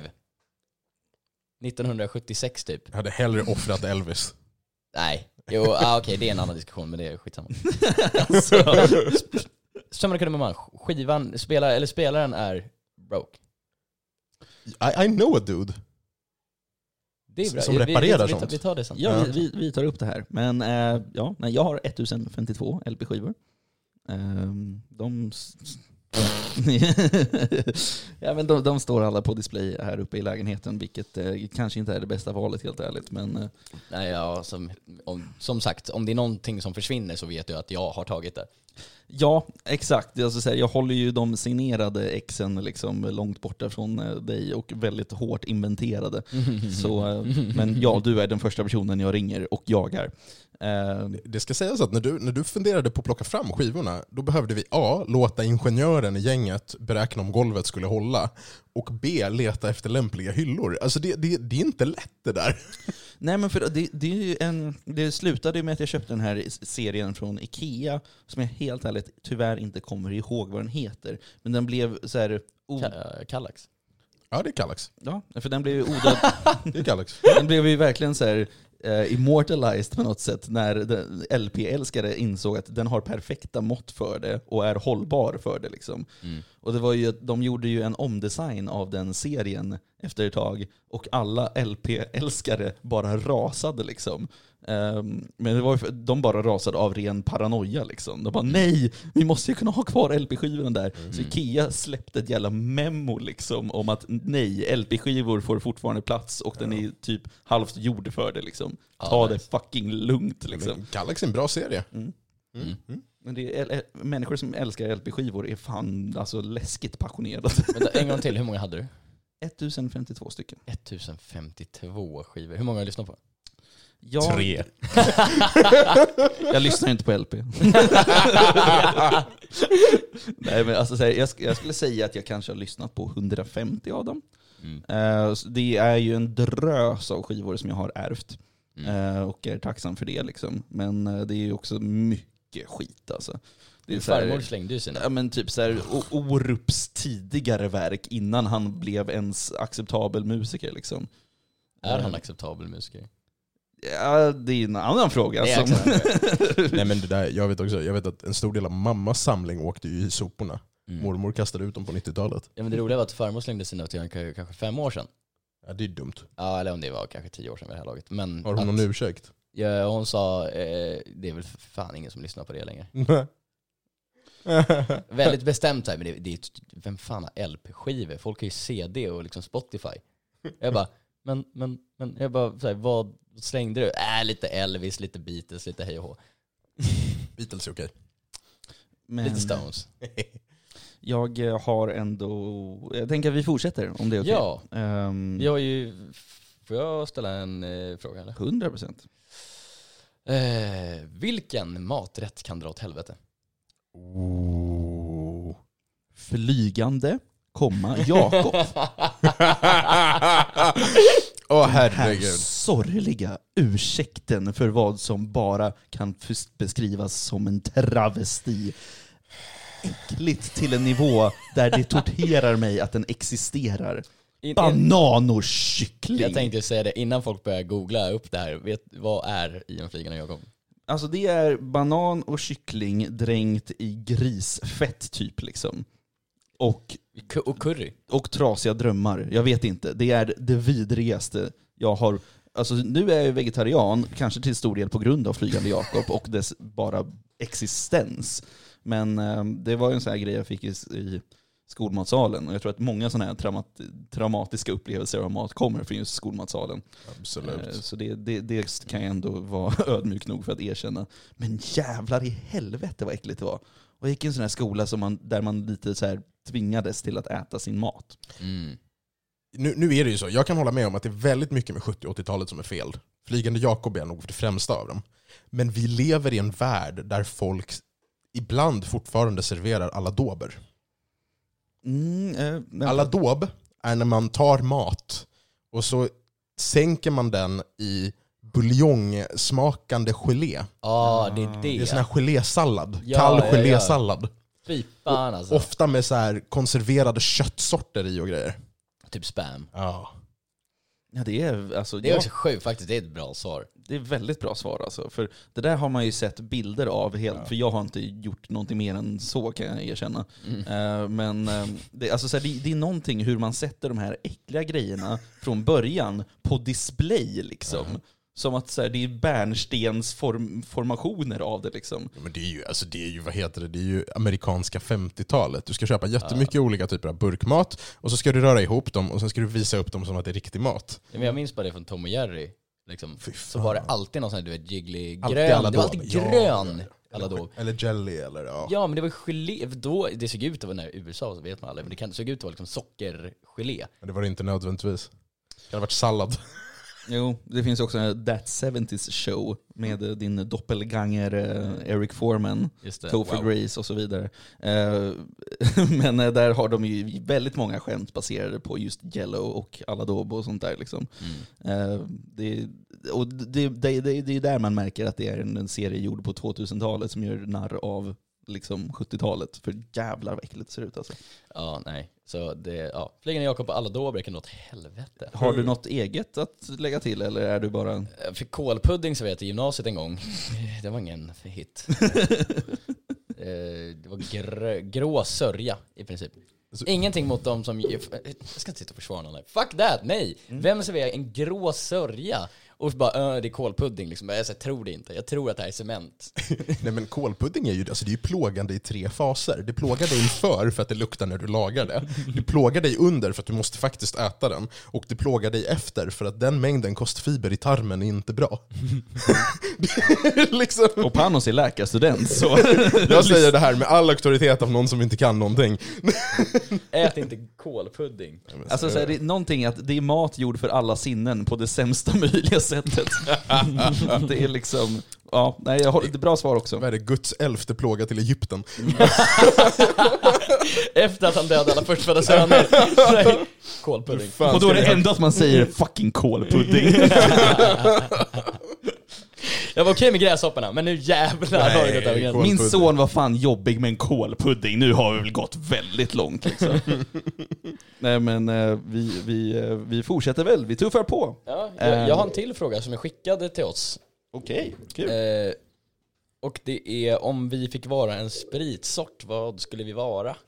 1976 typ. Jag hade hellre offrat Elvis. Nej. Okej, det är en annan diskussion, men det är skitsamma. Som kunde man spelaren är broke. I know a dude. Det är bra. Som reparerar sånt. Vi tar det sen. Ja, vi tar upp det här. Men jag har 1052 LP-skivor. Ja, men de står alla på display här uppe i lägenheten, vilket kanske inte är det bästa valet helt ärligt, men nej, som sagt, om det är någonting som försvinner så vet du att jag har tagit det. Ja, exakt. Jag håller ju de signerade exen liksom långt borta från dig och väldigt hårt inventerade. Så, men ja, du är den första personen jag ringer och jagar. Det ska sägas att när du funderade på att plocka fram skivorna, då behövde vi A, låta ingenjören i gänget beräkna om golvet skulle hålla, och B, leta efter lämpliga hyllor. Alltså det är inte lätt det där. Nej, men för det slutade med att jag köpte den här serien från Ikea som jag helt ärligt tyvärr inte kommer ihåg vad den heter, men den blev så här Kallax. Ja, det är Kallax. Ja, för den blev ju odöd. Det är Kallax. Den blev ju verkligen så här immortalized på något sätt när LP-älskare insåg att den har perfekta mått för det och är hållbar för det liksom. Och det var ju, de gjorde ju en omdesign av den serien efter ett tag. Och alla LP-älskare bara rasade liksom. Men det var de bara rasade av ren paranoia liksom. De bara nej, vi måste ju kunna ha kvar LP-skivorna där. Så Ikea släppte ett jävla memo liksom om att nej, LP-skivor får fortfarande plats och den är typ halvt gjord för det liksom. Ta det fucking lugnt liksom. Galaxy är en bra serie. Men det är, människor som älskar LP-skivor är fan alltså läskigt passionerade. Vänta, en gång till, hur många hade du? 1052 stycken. 1052 skivor. Hur många har du lyssnat på? 3. Jag lyssnar inte på LP. Nej, men alltså, jag skulle säga att jag kanske har lyssnat på 150 av dem. Det är ju en drös av skivor som jag har ärvt. Och är tacksam för det liksom. Men det är ju också mycket skit alltså. Det är farmor slängde ju sina. Ja, men typ så här Orups tidigare verk innan han blev ens acceptabel musiker liksom. Är han acceptabel musiker? Ja, det är en annan fråga. Nej, men det där, jag vet att en stor del av mammas samling åkte ju i soporna. Mormor kastade ut dem på 90-talet. Ja, men det roliga var att farmor slängde sina till kanske 5 år sedan. Ja, det är dumt. Ja, eller om det var kanske 10 år sedan vid det här laget. Men har hon någon ursäkt? Ja, hon sa det är väl fan ingen som lyssnar på det längre. Väldigt bestämt här, men det är vem fan har LP-skivor? Folk har ju CD och liksom Spotify. Jag bara, men jag bara så här, vad slängde du? Lite Elvis, lite Beatles, lite hej och hå. Beatles är okej. Lite Stones. Jag har ändå... Jag tänker att vi fortsätter om det är okej. Ja, jag har ju... Får jag ställa en fråga eller? 100%. Vilken maträtt kan dra åt helvete? Flygande, Jakob. Herregud. Sorgliga ursäkten för vad som bara kan beskrivas som en travesti. Äckligt till en nivå där det torterar mig att den existerar. Banan och kyckling. Jag tänkte säga det innan folk börjar googla upp det här. Vad är i en flygande Jakob? Alltså det är banan och kyckling dränkt i grisfett typ liksom. Och curry. Och trasiga drömmar. Jag vet inte. Det är det vidrigaste jag har. Alltså nu är jag vegetarian, kanske till stor del på grund av flygande Jakob och dess bara existens. Men det var ju en sån här grej jag fick i skolmatsalen. Och jag tror att många sådana här traumatiska upplevelser av mat kommer från just skolmatsalen. Absolut. Så det kan jag ändå vara ödmjuk nog för att erkänna. Men jävlar i helvete vad äckligt det var. Och jag gick i en sån här skola där man lite så här tvingades till att äta sin mat. Nu är det ju så. Jag kan hålla med om att det är väldigt mycket med 70- och 80-talet som är fel. Flygande Jakob är nog det främsta av dem. Men vi lever i en värld där folk ibland fortfarande serverar aladober. Aladob är när man tar mat och så sänker man den i buljongsmakande gelé. Det är det. Det är sån här gelésallad. Kall gelésallad. Fy fan alltså. Ofta med så här konserverade köttsorter i och grejer. Typ spam. Ja. Ja, det är alltså, det är också sjukt faktiskt, det är ett bra svar. Det är väldigt bra svar alltså. För det där har man ju sett bilder av helt, för jag har inte gjort någonting mer än så kan jag erkänna. Men det är någonting hur man sätter de här äckliga grejerna från början på display liksom. Som att så här, det är bärnstens formationer av det liksom. Ja, men det är ju vad heter det? Det är ju amerikanska 50-talet. Du ska köpa jättemycket olika typer av burkmat och så ska du röra ihop dem och sen ska du visa upp dem som att det är riktig mat. Ja, men jag minns bara det från Tom och Jerry. Liksom. Så var det alltid någon sån här, du vet, jiggly Alltid grön. Aladob. Det var alltid grön. Aladob. Eller jelly eller Ja, men det var gelé. Då, det såg ut att vara när USA, så vet man aldrig. Men det såg ut att vara liksom sockergelé. Men det var det inte nödvändigtvis. Det hade varit sallad. Jo, det finns också en That 70s Show med din doppelganger Eric Foreman, Topher Grace och så vidare. Men där har de ju väldigt många skämt baserade på just Jello och Aladob och sånt där liksom. Det är där man märker att det är en serie gjord på 2000-talet som gör narr av liksom 70-talet. För jävlar vad äckligt det ser ut alltså. Ja, nej. Så det, Flygande Jakob på Aladob kan något helvete. Har du något eget att lägga till eller är du bara... Jag fick kålpudding så vet jag i gymnasiet en gång. Det var ingen hit. Det var grå sörja i princip. Ingenting mot dem som... Jag ska inte sitta och försvara någon. Fuck that, nej. Vem serverar en grå sörja? Och bara, det är kolpudding liksom. Jag tror det inte. Jag tror att det här är cement. Nej, men kolpudding är ju, alltså det är ju plågande i 3 faser. Det plågar dig för att det luktar när du lagar det. Det plågar dig under för att du måste faktiskt äta den. Och det plågar dig efter för att den mängden kostfiber i tarmen är inte bra. Liksom. Och Panos är läkarstudent, så... Jag säger det här med all auktoritet av någon som inte kan någonting. Ät inte kolpudding. Alltså så är det någonting att det är mat gjord för alla sinnen på det sämsta möjliga sättet. Det är liksom... Ja, nej, jag har ett bra svar också. Vad är det? Guds 11:e plåga till Egypten. Efter att han dödade alla förstfödda söner. Kolpudding. Och då är det enda att man säger fucking kolpudding. Jag var okej med gräshopparna, men nu jävlar har det gått över gränsen. Min son var fan jobbig med en kolpudding. Nu har vi väl gått väldigt långt liksom. Nej, men vi fortsätter väl. Vi tuffar på. Ja, jag har en till fråga som är skickad till oss. Okej, kul. Och det är om vi fick vara en spritsort, vad skulle vi vara?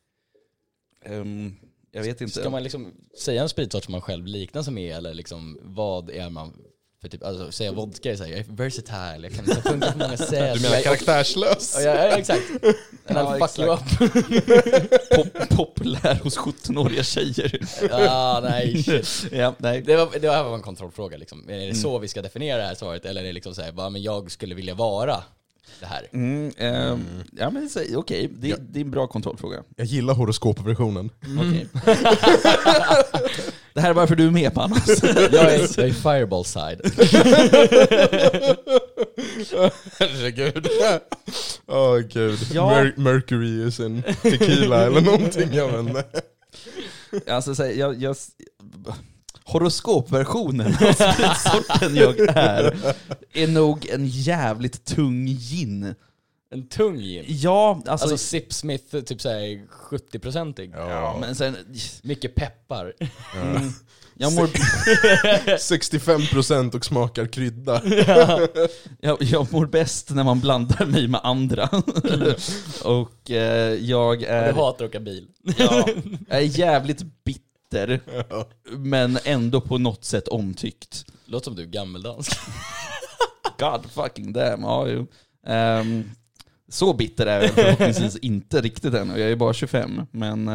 Jag vet inte. Ska man liksom säga en spritsort som man själv liknar som är, eller liksom vad är man för typ, alltså säga vodka är så här, jag är versatile, jag kan liksom funka på många sätt. Du menar karaktärslös? Ja, exakt. Ja, fuck you up. Populär hos 17-åriga tjejer. Nej. Ja, nej. Det var en kontrollfråga liksom. Är det så vi ska definiera det här svaret, eller är det liksom så här, bara, men jag skulle vilja vara det här? Ja, men okej. Det är en bra kontrollfråga. Jag gillar horoskopversionen. Okej. Det här är varför du är med, Panos. Jag är fireball side. Herregud. Åh gud. Ja. Mercury is in tequila eller någonting, jag vet inte. Alltså, jag horoskopversionen av sorten jag är nog en jävligt tung gin. En tung gin? Ja, alltså Sip Smith, typ såhär 70%ig. Ja, men sen... Mycket peppar. Jag mår... 65% och smakar krydda. Jag mår bäst när man blandar mig med andra. Och jag är... Du hatar att åka bil. Ja, jag är jävligt bitter. Men ändå på något sätt omtyckt. Låter som du är gammeldansk. God fucking damn, ja ju. Så bitter är jag förhoppningsvis inte riktigt än. Jag är bara 25. Men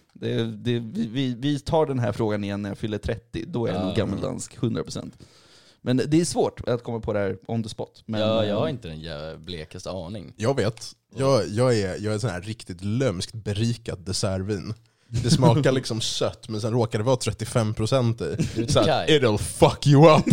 vi tar den här frågan igen när jag fyller 30. Då är jag nog gammeldansk, 100%. Men det är svårt att komma på det här on the spot. Men, jag har inte den blekaste aning. Jag vet. Jag är sån här riktigt lömskt berikad dessertvin. Det smakar liksom sött, men sen råkar det vara 35% i. Så att it'll fuck you up.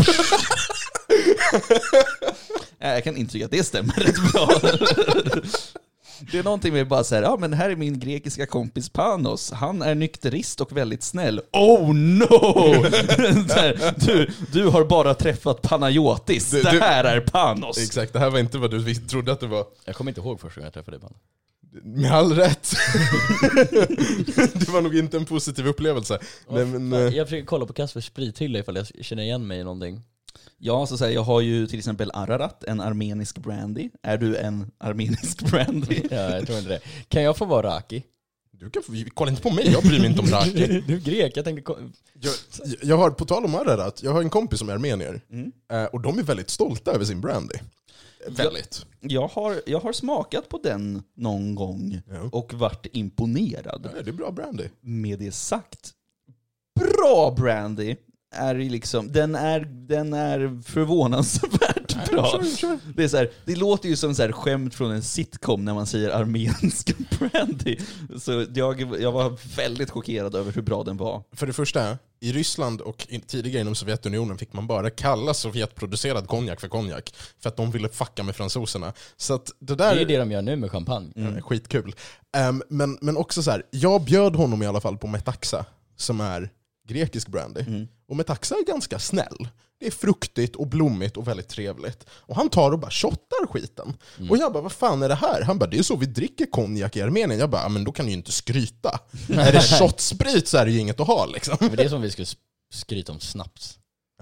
Jag kan intyga att det stämmer rätt bra. Det är någonting med bara så här, ja men här är min grekiska kompis Panos. Han är nykterist och väldigt snäll. Oh no! Du har bara träffat Panayotis. Det här är Panos. Exakt, det här var inte vad du trodde att det var. Jag kommer inte ihåg första gången jag träffade dig, Panos. Med all rätt. Det var nog inte en positiv upplevelse. Nej, men, jag försöker kolla på Kaspers sprithylla ifall jag känner igen mig i någonting. Ja, så säger jag har ju till exempel Ararat, en armenisk brandy. Är du en armenisk brandy? Ja, jag tror inte det. Kan jag få vara raki? Du kan kolla inte på mig, jag bryr mig inte om raki. Du är grek, jag tänkte... Jag har, på tal om Ararat, jag har en kompis som är armenier. Och de är väldigt stolta över sin brandy. Väldigt. Jag har smakat på den någon gång och varit imponerad. Ja, det är bra brandy. Med det sagt, bra brandy är liksom, den är förvånansvärt bra. Sure. Det är så här, det låter ju som så här skämt från en sitcom när man säger armenisk brandy. Så jag var väldigt chockerad över hur bra den var. För det första, i Ryssland och tidigare inom Sovjetunionen fick man bara kalla Sovjetproducerad konjak för konjak för att de ville fucka med fransoserna. Så att det är det de gör nu med champagne. Skitkul. Men också så här, jag bjöd honom i alla fall på Metaxa som är grekisk brandy. Och Metaxa är ganska snäll. Det är fruktigt och blommigt och väldigt trevligt. Och han tar och bara shottar skiten. Och jag bara, vad fan är det här? Han bara, det är så vi dricker konjak i Armenien. Jag bara, men då kan ni ju inte skryta. Är det shotsprit så är det ju inget att ha liksom. Men det är som vi skulle skryta om snaps. Ja.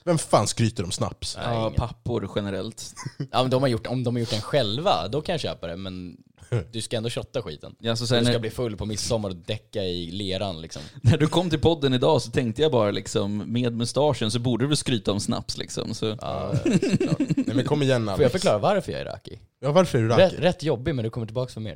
Vem fan skryter om snaps? Ja, ingen. pappor generellt. Ja, men om de har gjort den själva, då kan jag köpa det. Men du ska ändå shotta skiten. Ja, så Du sen ska bli full på midsommar och däcka i leran liksom. när du kom till podden idag så tänkte jag bara liksom, med mustaschen så borde du väl skryta om snaps liksom. Så. Ja, Nej men kom igen Alex. får jag förklara varför jag är raki? Ja, varför är du raki? Rätt jobbig, men du kommer tillbaka för mer.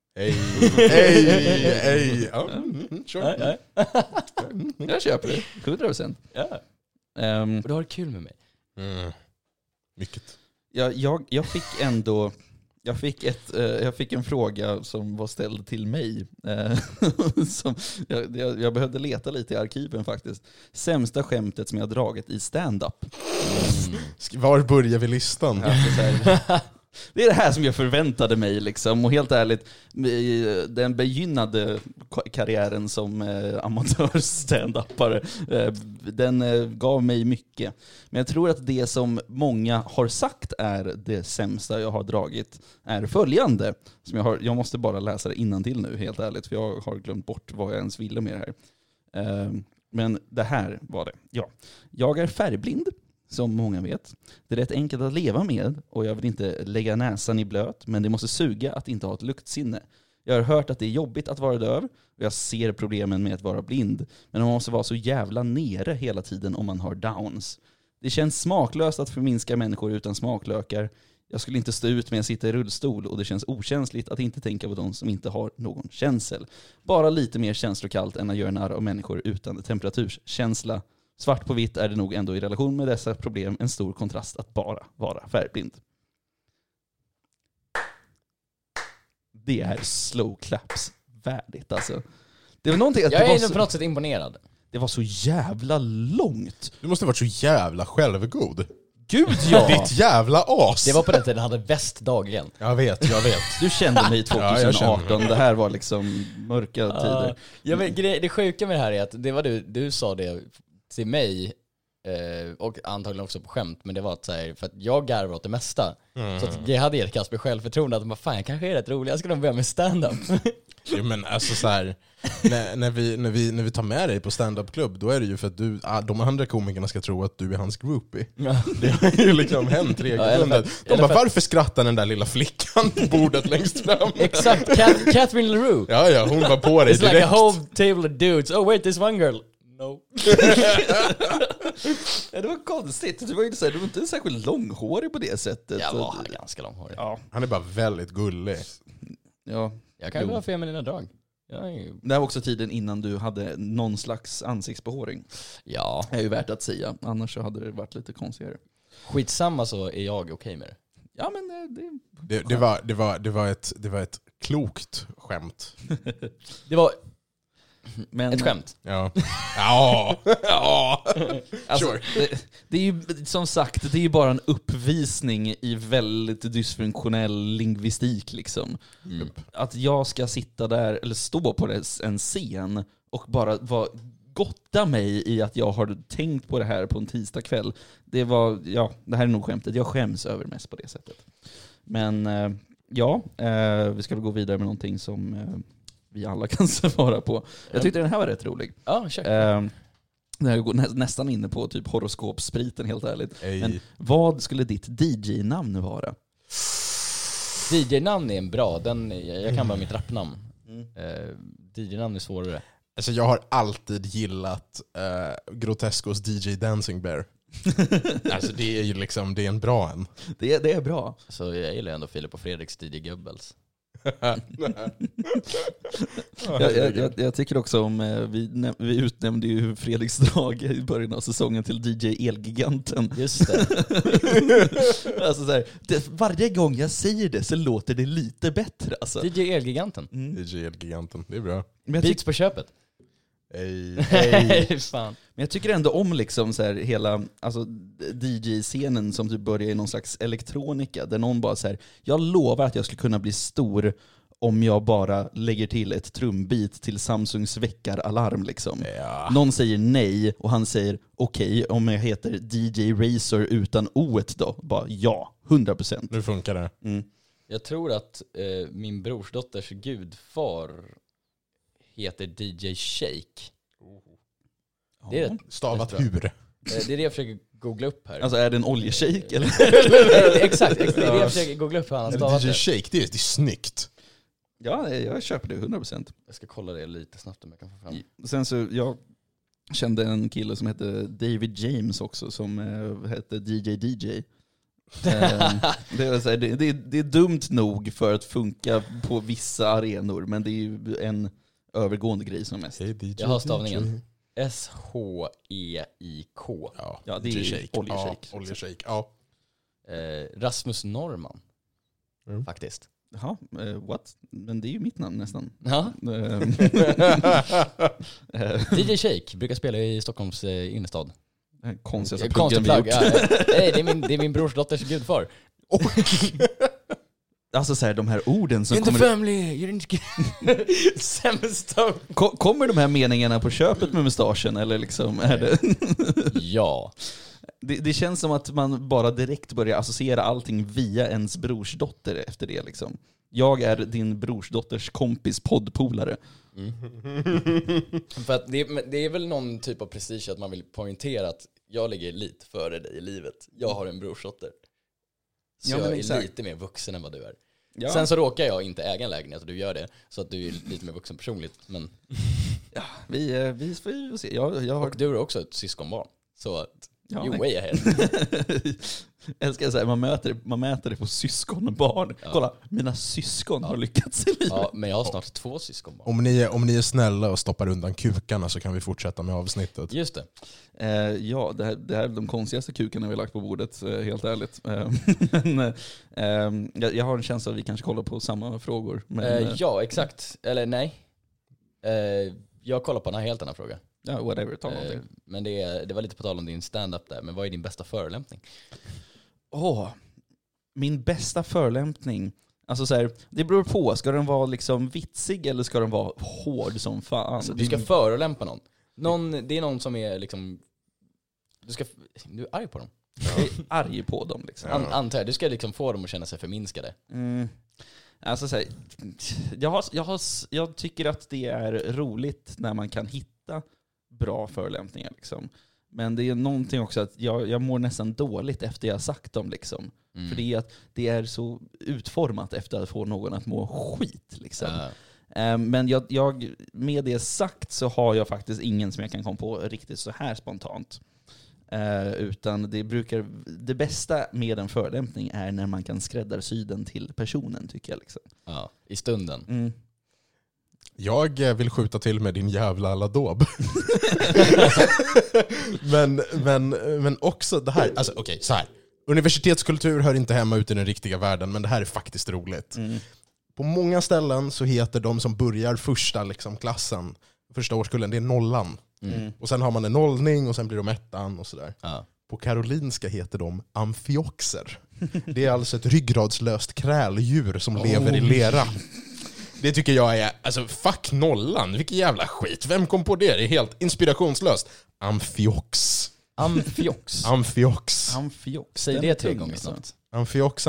Ej. Ja, sure. Jag köper det, 100%. Ja. Och du har det kul med mig. Mycket. Jag fick ändå... Jag fick en fråga som var ställd till mig. Som jag behövde leta lite i arkiven faktiskt. Sämsta skämtet som jag har dragit i stand-up. Var börjar vi listan? Ja, det är det här som jag förväntade mig liksom. Och helt ärligt, den begynnade karriären som amatör-stand-upare, den gav mig mycket. Men jag tror att det som många har sagt är det sämsta jag har dragit är följande. Som jag måste bara läsa det innantill nu, helt ärligt. För jag har glömt bort vad jag ens ville med det här. Men det här var det. Ja. Jag är färgblind. Som många vet. Det är rätt enkelt att leva med och jag vill inte lägga näsan i blöt, men det måste suga att inte ha ett luktsinne. Jag har hört att det är jobbigt att vara döv och jag ser problemen med att vara blind, men man måste vara så jävla nere hela tiden om man har downs. Det känns smaklöst att förminska människor utan smaklökar. Jag skulle inte stå ut med att sitta i rullstol och det känns okänsligt att inte tänka på de som inte har någon känsel. Bara lite mer känslokallt än att göra narr av människor utan temperaturskänsla. Svart på vitt är det nog ändå i relation med dessa problem en stor kontrast att bara vara färgblind. Det är slow claps värdigt alltså. Det var någonting att Jag är på något sätt imponerad. det var så jävla långt. Du måste ha varit så jävla självgod. Gud ja! Ditt jävla as. Det var på den tiden han hade väst dagligen. Jag vet. Du kände mig Ja, jag 2018. känner. Det här var liksom mörka tider. Ja, men det sjuka med det här är att det var du sa det till mig och antagligen också på skämt, men det var att så här, för att jag garvar åt det mesta. Så att jag hade gett Kasper självförtroende att fan, jag kanske är rätt rolig, jag ska nog börja med stand-up. Jo, men alltså så här, när vi tar med dig på stand-up-klubb, då är det ju för att de andra komikerna ska tro att du är hans groupie. Det har ju liksom hänt regelbundet. De bara, varför skrattar den där lilla flickan på bordet längst fram? Exakt, Catherine LaRue. Ja, hon var på dig It's direkt. like a whole table of dudes. Oh wait, this one girl. No. Ja, det var konstigt. Du var inte särskilt långhårig på det sättet. Jag var ganska långhårig. Ja. Han är bara väldigt gullig. Ja. Jag kan ju vara feminina drag. Det här var också tiden innan du hade någon slags ansiktsbehåring. Ja. Det är ju värt att säga. Annars så hade det varit lite konstigare. Skitsamma, så är jag okej med det. Ja, men Det var ett klokt skämt. Det var men, ett skämt. Ja. Alltså, Sure. det är ju som sagt, det är ju bara en uppvisning i väldigt dysfunktionell lingvistik liksom. Att jag ska sitta där eller stå på en scen och bara gotta mig i att jag har tänkt på det här på en tisdagkväll. Det här är nog skämtet. Jag skäms över mest på det sättet. Men vi ska gå vidare med någonting som vi alla kan svara på. Jag tyckte den här var rätt rolig. Ja, kör. Det här går nästan inne på typ horoskopspriten, helt ärligt. Ej. Men vad skulle ditt DJ-namn vara? DJ-namn är en bra. Jag kan bara mitt rappnamn. DJ-namn är svårare. Alltså jag har alltid gillat Grotescos DJ Dancing Bear. Alltså det är ju liksom, det är en bra en. Det är bra. Så jag gillar ändå Filip och Fredriks DJ Gubbels. Jag tycker också om, vi utnämnde ju Fredriks drag i början av säsongen till DJ Elgiganten. Just det. Alltså så här, varje gång jag säger det så låter det lite bättre alltså. DJ Elgiganten. DJ Elgiganten, det är bra. Beats på köpet. Men Fan. jag tycker ändå om liksom så här hela DJ-scenen som typ börjar i någon slags elektronika där någon bara så här, jag lovar att jag skulle kunna bli stor om jag bara lägger till ett trumbit till Samsungs väckaralarm liksom. Ja. Någon säger nej och han säger okej, om jag heter DJ Razor utan o-et då? Bara ja, 100%. Nu funkar det. Jag tror att min brorsdotters gudfar heter DJ Shake. Det är Stavat hur? det är det jag försöker googla upp här. Alltså är det en oljeshejk eller? Exakt, det är det jag försöker googla upp hur han har stavat DJ det. Shake, det är snyggt. Ja, jag köper det 100%. Jag ska kolla det lite snabbt om jag kan få fram. Sen så, jag kände en kille som hette David James också, som hette DJ. Det är dumt nog för att funka på vissa arenor, men det är ju en övergående grej som mest. Jag har stavningen. S-H-E-I-K. Ja, det är oljeshejk. Ja, oljeshejk, ja. Rasmus Norman. Faktiskt. Jaha, what? Men det är ju mitt namn nästan. Ja. DJ Shake brukar spela i Stockholms innerstad. Konstigaste Konstig pluggen plagg. vi gjort. Nej, det är min brors dotters gudfar. Alltså så här, de här orden som In the kommer... family, you're in sämsta. Kommer de här meningarna på köpet med mustaschen, eller liksom är det... Ja. Det känns som att man bara direkt börjar associera allting via ens brorsdotter efter det liksom. Jag är din brorsdotters kompis poddpolare. För att det är väl någon typ av prestige att man vill poängtera att jag ligger lite före dig i livet. Jag har en brorsdotter. Så Ja, jag är exakt. lite mer vuxen än vad du är. Ja. Sen så råkar jag inte äga en lägenhet och du gör det. Så att du är lite mer vuxen personligt. Men... Ja, vi får ju se. Jag har... Och du är också ett syskonbarn. Så att you're way ahead. Jag ska säga, man mäter det på syskonbarn. Ja. Kolla, mina syskon har lyckats i livet. Ja, men jag har snart 2 syskonbarn. Om ni är snälla och stoppar undan kukarna så kan vi fortsätta med avsnittet. Just det. Ja, det här är de konstigaste kukarna vi har lagt på bordet, helt ärligt. Men jag har en känsla att vi kanske kollar på samma frågor. Men, ja, exakt. Eller nej. Jag kollar på en helt annan fråga. ja, whatever, ta någonting. Men det var lite på tal om din stand-up där. Men vad är din bästa förolämpning? Min bästa förolämpning. Alltså så här, det beror på. Ska den vara liksom vitsig eller ska den vara hård som fan? Alltså, du ska förolämpa någon. Det är någon som är liksom... Du är arg på dem. Jag är arg på dem liksom. Antar jag. Du ska liksom få dem att känna sig förminskade. Alltså så här, jag tycker att det är roligt när man kan hitta bra förolämpningar liksom. Men det är någonting också att jag mår nästan dåligt efter jag har sagt dem liksom. För det är så utformat efter att få någon att må skit liksom. Men jag med det sagt så har jag faktiskt ingen som jag kan komma på riktigt så här spontant. Utan det bästa med en förolämpning är när man kan skräddarsy den till personen, tycker jag liksom. Ja, i stunden. Jag vill skjuta till med din jävla ladob. men också det här, alltså okej, så här. Universitetskultur hör inte hemma ute i den riktiga världen, men det här är faktiskt roligt. På många ställen så heter de som börjar första liksom, klassen, första årskullen, det är nollan. Och sen har man en nollning och sen blir de ettan och sådär. På Karolinska heter de amfioxer. Det är alltså ett ryggradslöst kräldjur som lever i lera. Det tycker jag är, alltså fuck nollan, vilken jävla skit. Vem kom på det? Det är helt inspirationslöst. Amfiox. Amfiox. Säg det 3 gånger snabbt. Amfiox.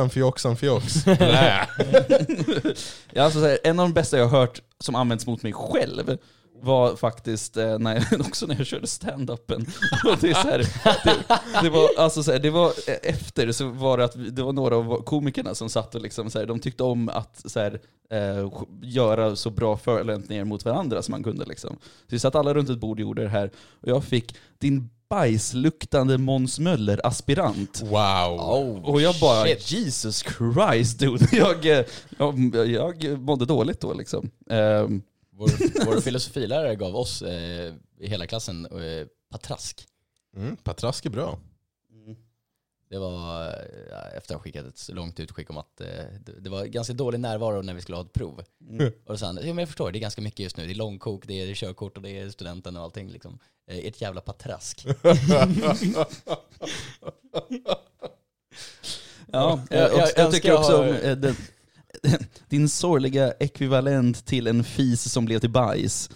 Ja, alltså, så här, en av de bästa jag har hört som används mot mig själv var faktiskt också när jag körde stand-upen. Det är så här, det var alltså så här, det var efter så var det att det var några av komikerna som satt och liksom så här, de tyckte om att så här, göra så bra förolämpningar mot varandra som man kunde liksom. Så vi satt alla runt ett bord och gjorde det här och jag fick din bajsluktande Måns Möller aspirant. Wow. Och jag bara, Jesus Christ dude. Jag mådde dåligt då liksom. Vår filosofilärare gav oss i hela klassen patrask. Patrask är bra. Det var efter att ha skickat ett långt utskick om att det var ganska dålig närvaro när vi skulle ha ett prov. Och då sa han, men jag förstår, det är ganska mycket just nu. Det är långkok, det är körkort och det är studenten och allting. Liksom. Ett jävla patrask. Ja, jag tycker också om din sorgliga ekvivalent till en fis som blev till bajs.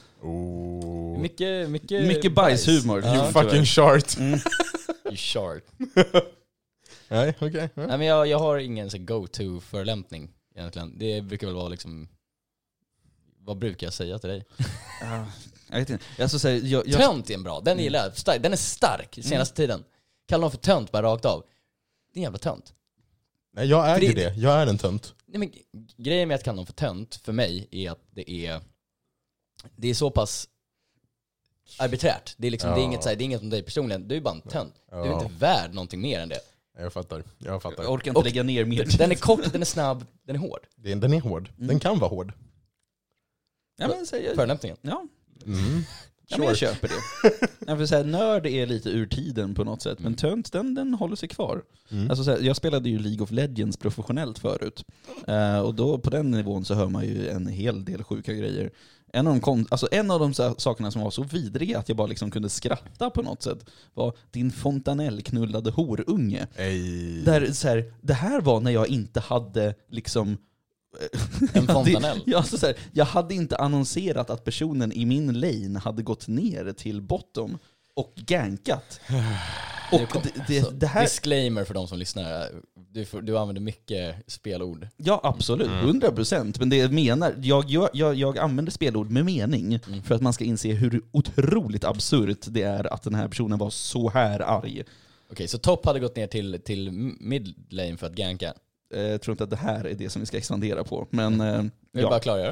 Mycket bajshumor. You fucking shart. You shart. Nej, okej. Nej, men jag har ingen så go-to-förolämpning egentligen. Det brukar väl vara liksom... Vad brukar jag säga till dig? Jag vet inte. Alltså, Tönt är en bra. Den gillar jag. Den är stark senaste tiden. Kalla någon för tönt bara rakt av. Det är en jävla tönt. Nej, jag äger det. Jag är en tönt. Nej, men grejen med att kalla någon för tönt för mig är att det är så pass arbiträrt. Det är liksom, det är inget så här, det är inget om dig personligen. Du är bara en tönt. Du är inte värd någonting mer än det. Jag fattar. Jag orkar inte lägga ner mer. Den är kort, den är snabb, den är hård. Den är hård. Den kan vara hård. Ja, men Förolämpningen. Ja. Sure. Ja, men jag köper det. Jag vill säga, nörd är lite ur tiden på något sätt, men tönt, den håller sig kvar. Alltså, så här, jag spelade ju League of Legends professionellt förut. Och då på den nivån så hör man ju en hel del sjuka grejer. En av de sakerna som var så vidriga att jag bara liksom kunde skratta på något sätt var din fontanellknullade horunge. Där, så här, det här var när jag inte hade liksom en fontanell. Jag hade inte annonserat att personen i min lane hade gått ner till bottom och gankat. Och det här... Disclaimer för de som lyssnar. Du använder mycket spelord. Ja, absolut. 100%. Men det jag menar, jag använder spelord med mening för att man ska inse hur otroligt absurt det är att den här personen var så här arg. Okej, så Top hade gått ner till mid lane för att ganka. Jag tror inte att det här är det som vi ska expandera på. Men vill bara klargöra.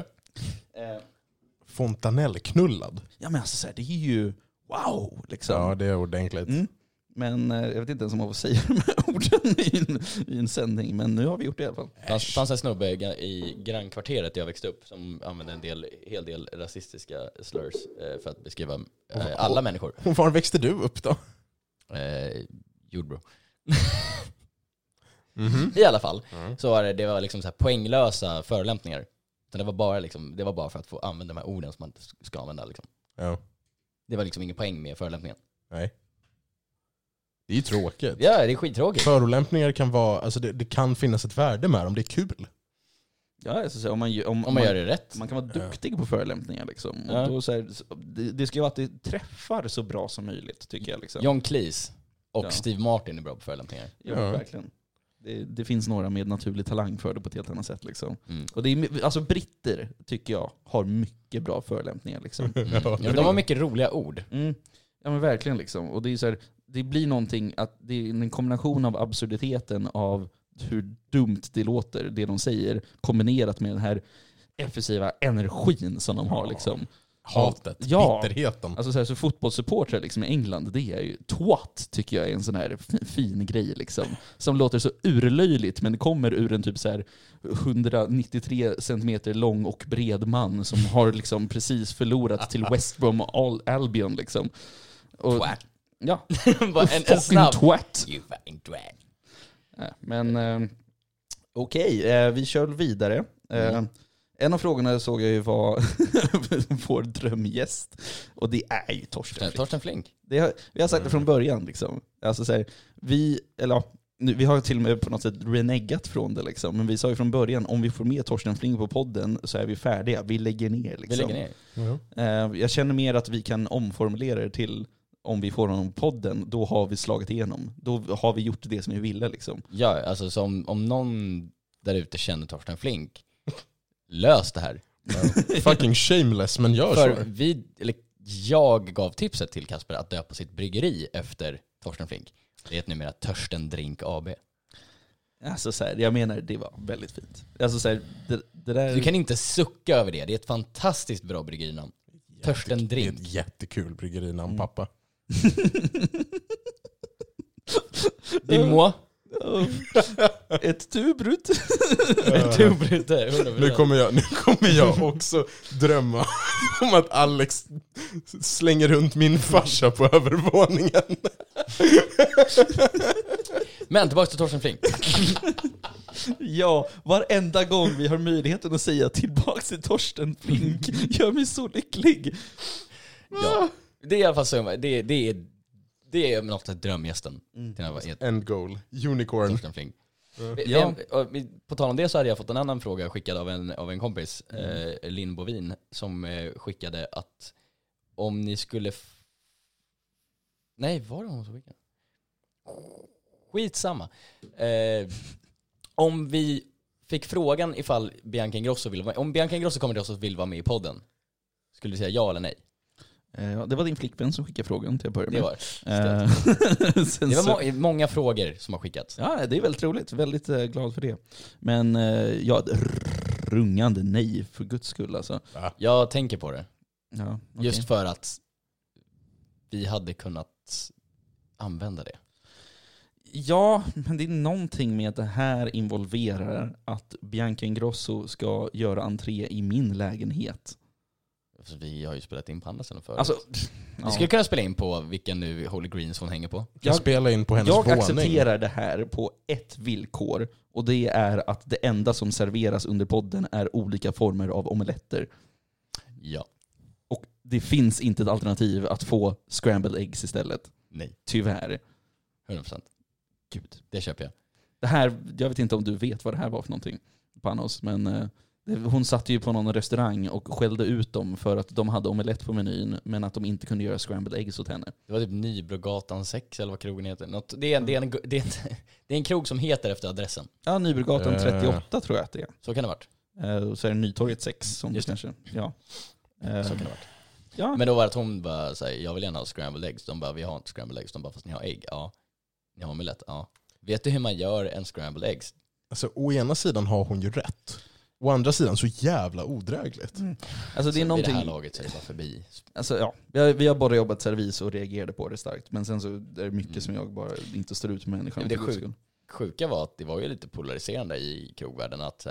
Fontanellknullad. Ja, men alltså, det är ju wow liksom. Ja, det är ordentligt. Men jag vet inte ens om man får säga de här orden i en sändning. Men nu har vi gjort det i alla fall. Det fanns en snubbe i grannkvarteret där jag växte upp som använde en hel del rasistiska slurs för att beskriva alla människor. Var växte du upp då? Jordbro. I alla fall så var det var liksom så här poänglösa förolämpningar. Så det var bara för att få använda de här orden som man ska använda liksom. Ja. Det var liksom ingen poäng med förolämpningen. Nej. Det är ju tråkigt. Ja, det är skittråkigt. Förolämpningar kan vara, alltså det kan finnas ett värde med dem, det är kul. Ja, alltså, om man gör det rätt. Man kan vara duktig på förolämpningar liksom. Ja. Och då, så här, det ska ju vara att det träffar så bra som möjligt, tycker jag liksom. John Cleese och Steve Martin är bra på förolämpningar. Ja, verkligen. Det finns några med naturlig talang för det på ett helt annat sätt liksom. Och det är, alltså britter tycker jag har mycket bra förolämpningar liksom. Ja, de har mycket roliga ord. Ja, men verkligen liksom. Och det är så här, det blir någonting att det är en kombination av absurditeten av hur dumt det låter, det de säger, kombinerat med den här effusiva energin som de har liksom. Hatet, bitterheten. Alltså så fotbollssupportrar liksom i England, det är ju twat, tycker jag är en sån här fin grej liksom. Som låter så urlöjligt, men det kommer ur en typ så här 193 centimeter lång och bred man som har liksom precis förlorat till West Brom Albion liksom. Och, twat. Ja. en snabb twat. You fucking twat. Men okej, vi kör vidare. En av frågorna såg jag ju var vår drömgäst. Och det är ju Torsten Flink. Vi har sagt det från början liksom. Alltså så här, vi har till och med på något sätt reneggat från det liksom. Men vi sa ju från början, om vi får med Torsten Flink på podden så är vi färdiga. Vi lägger ner liksom. Jag känner mer att vi kan omformulera det till, om vi får honom på podden, då har vi slagit igenom. Då har vi gjort det som vi ville liksom. Ja, alltså som, om någon där ute känner Torsten Flink, lös det här. Fucking shameless, men gör så. Jag gav tipset till Kasper att döpa sitt bryggeri efter Torsten Flink. Det heter numera Törsten Drink AB. Alltså så här, jag menar, det var väldigt fint. Alltså så här, det där... Du kan inte sucka över det. Det är ett fantastiskt bra bryggerinamn. Törsten Drink. Det är ett jättekul bryggerinamn, pappa. Dis-moi. Ett tubrut. Nu kommer jag också drömma om att Alex slänger runt min farsa på övervåningen. Men tillbaka till Torsten Flink. Ja, varenda gång vi har möjligheten att säga tillbaka till Torsten Flink gör mig så lycklig. Ja, det är i alla fall så. Det är något av drömgästen. End goal. Unicorn. Torsten Flink. Ja. På tal om det så hade jag fått en annan fråga skickad av en kompis, Linn Bovin, som skickade att om ni skulle... Nej, var det hon som skickade? Skitsamma. Om vi fick frågan ifall Bianca Ingrosso vill vara med. Om Bianca Ingrosso kommer till oss och vill vara med i podden, skulle vi säga ja eller nej? Det var din flickvän som skickade frågan till att börja med. Det var det var många frågor som har skickats. Ja, det är väldigt roligt. Väldigt glad för det. Men rungande nej för guds skull alltså. Jag tänker på det. Ja, okay. Just för att vi hade kunnat använda det. Ja, men det är någonting med att det här involverar att Bianca Ingrosso ska göra entré i min lägenhet. För vi har ju spelat in på andra ställen förut. Alltså, vi skulle kunna spela in på vilken nu Holy Greens hon hänger på. Jag spelar in på hennes våning. Jag accepterar det här på ett villkor. Och det är att det enda som serveras under podden är olika former av omeletter. Ja. Och det finns inte ett alternativ att få scrambled eggs istället. Nej. Tyvärr. 100%. Gud. Det köper jag. Det här, jag vet inte om du vet vad det här var för någonting, Panos, men hon satt ju på någon restaurang och skällde ut dem för att de hade omelett på menyn men att de inte kunde göra scrambled eggs åt henne. Det var typ Nybrogatan 6 eller vad krogen heter. Det är en krog som heter efter adressen. Ja, Nybrogatan 38 tror jag att det är. Så kan det varit. Så är det Nytorget 6 som det kanske. Ja. Så kan det varit. Ja. Men då var det att hon bara säger jag vill gärna ha scrambled eggs. De bara vi har inte scrambled eggs. De bara fast ni har ägg. Ja. Ni har omelett. Ja. Vet du hur man gör en scrambled eggs? Alltså å ena sidan har hon ju rätt. Å andra sidan så jävla odrägligt. Alltså det är någonting... I det här laget så är det bara förbi. Alltså ja, vi har bara jobbat servis och reagerade på det starkt. Men sen så är det mycket som jag bara inte står ut med människan. Det sjuka var att det var ju lite polariserande i krogvärlden att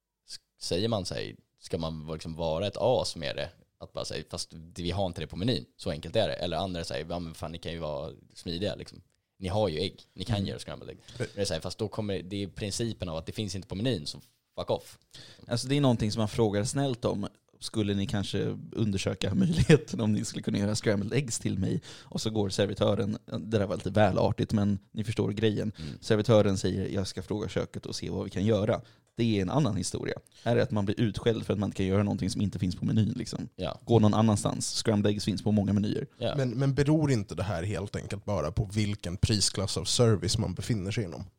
säger man sig ska man liksom vara ett as med det. Att bara säga fast vi har inte det på menyn. Så enkelt är det. Eller andra säger ja, men fan ni kan ju vara smidiga liksom. Ni har ju ägg. Ni kan göra scrambled egg. Det är så här, fast då kommer det är principen av att det finns inte på menyn så fuck off. Alltså det är någonting som man frågar snällt om. Skulle ni kanske undersöka möjligheten om ni skulle kunna göra scrambled eggs till mig? Och så går servitören, det där var lite välartigt men ni förstår grejen. Servitören säger jag ska fråga köket och se vad vi kan göra. Det är en annan historia. Här är det att man blir utskälld för att man kan göra någonting som inte finns på menyn. Liksom. Ja. Gå någon annanstans. Scrambled eggs finns på många menyer. Ja. Men beror inte det här helt enkelt bara på vilken prisklass av service man befinner sig inom?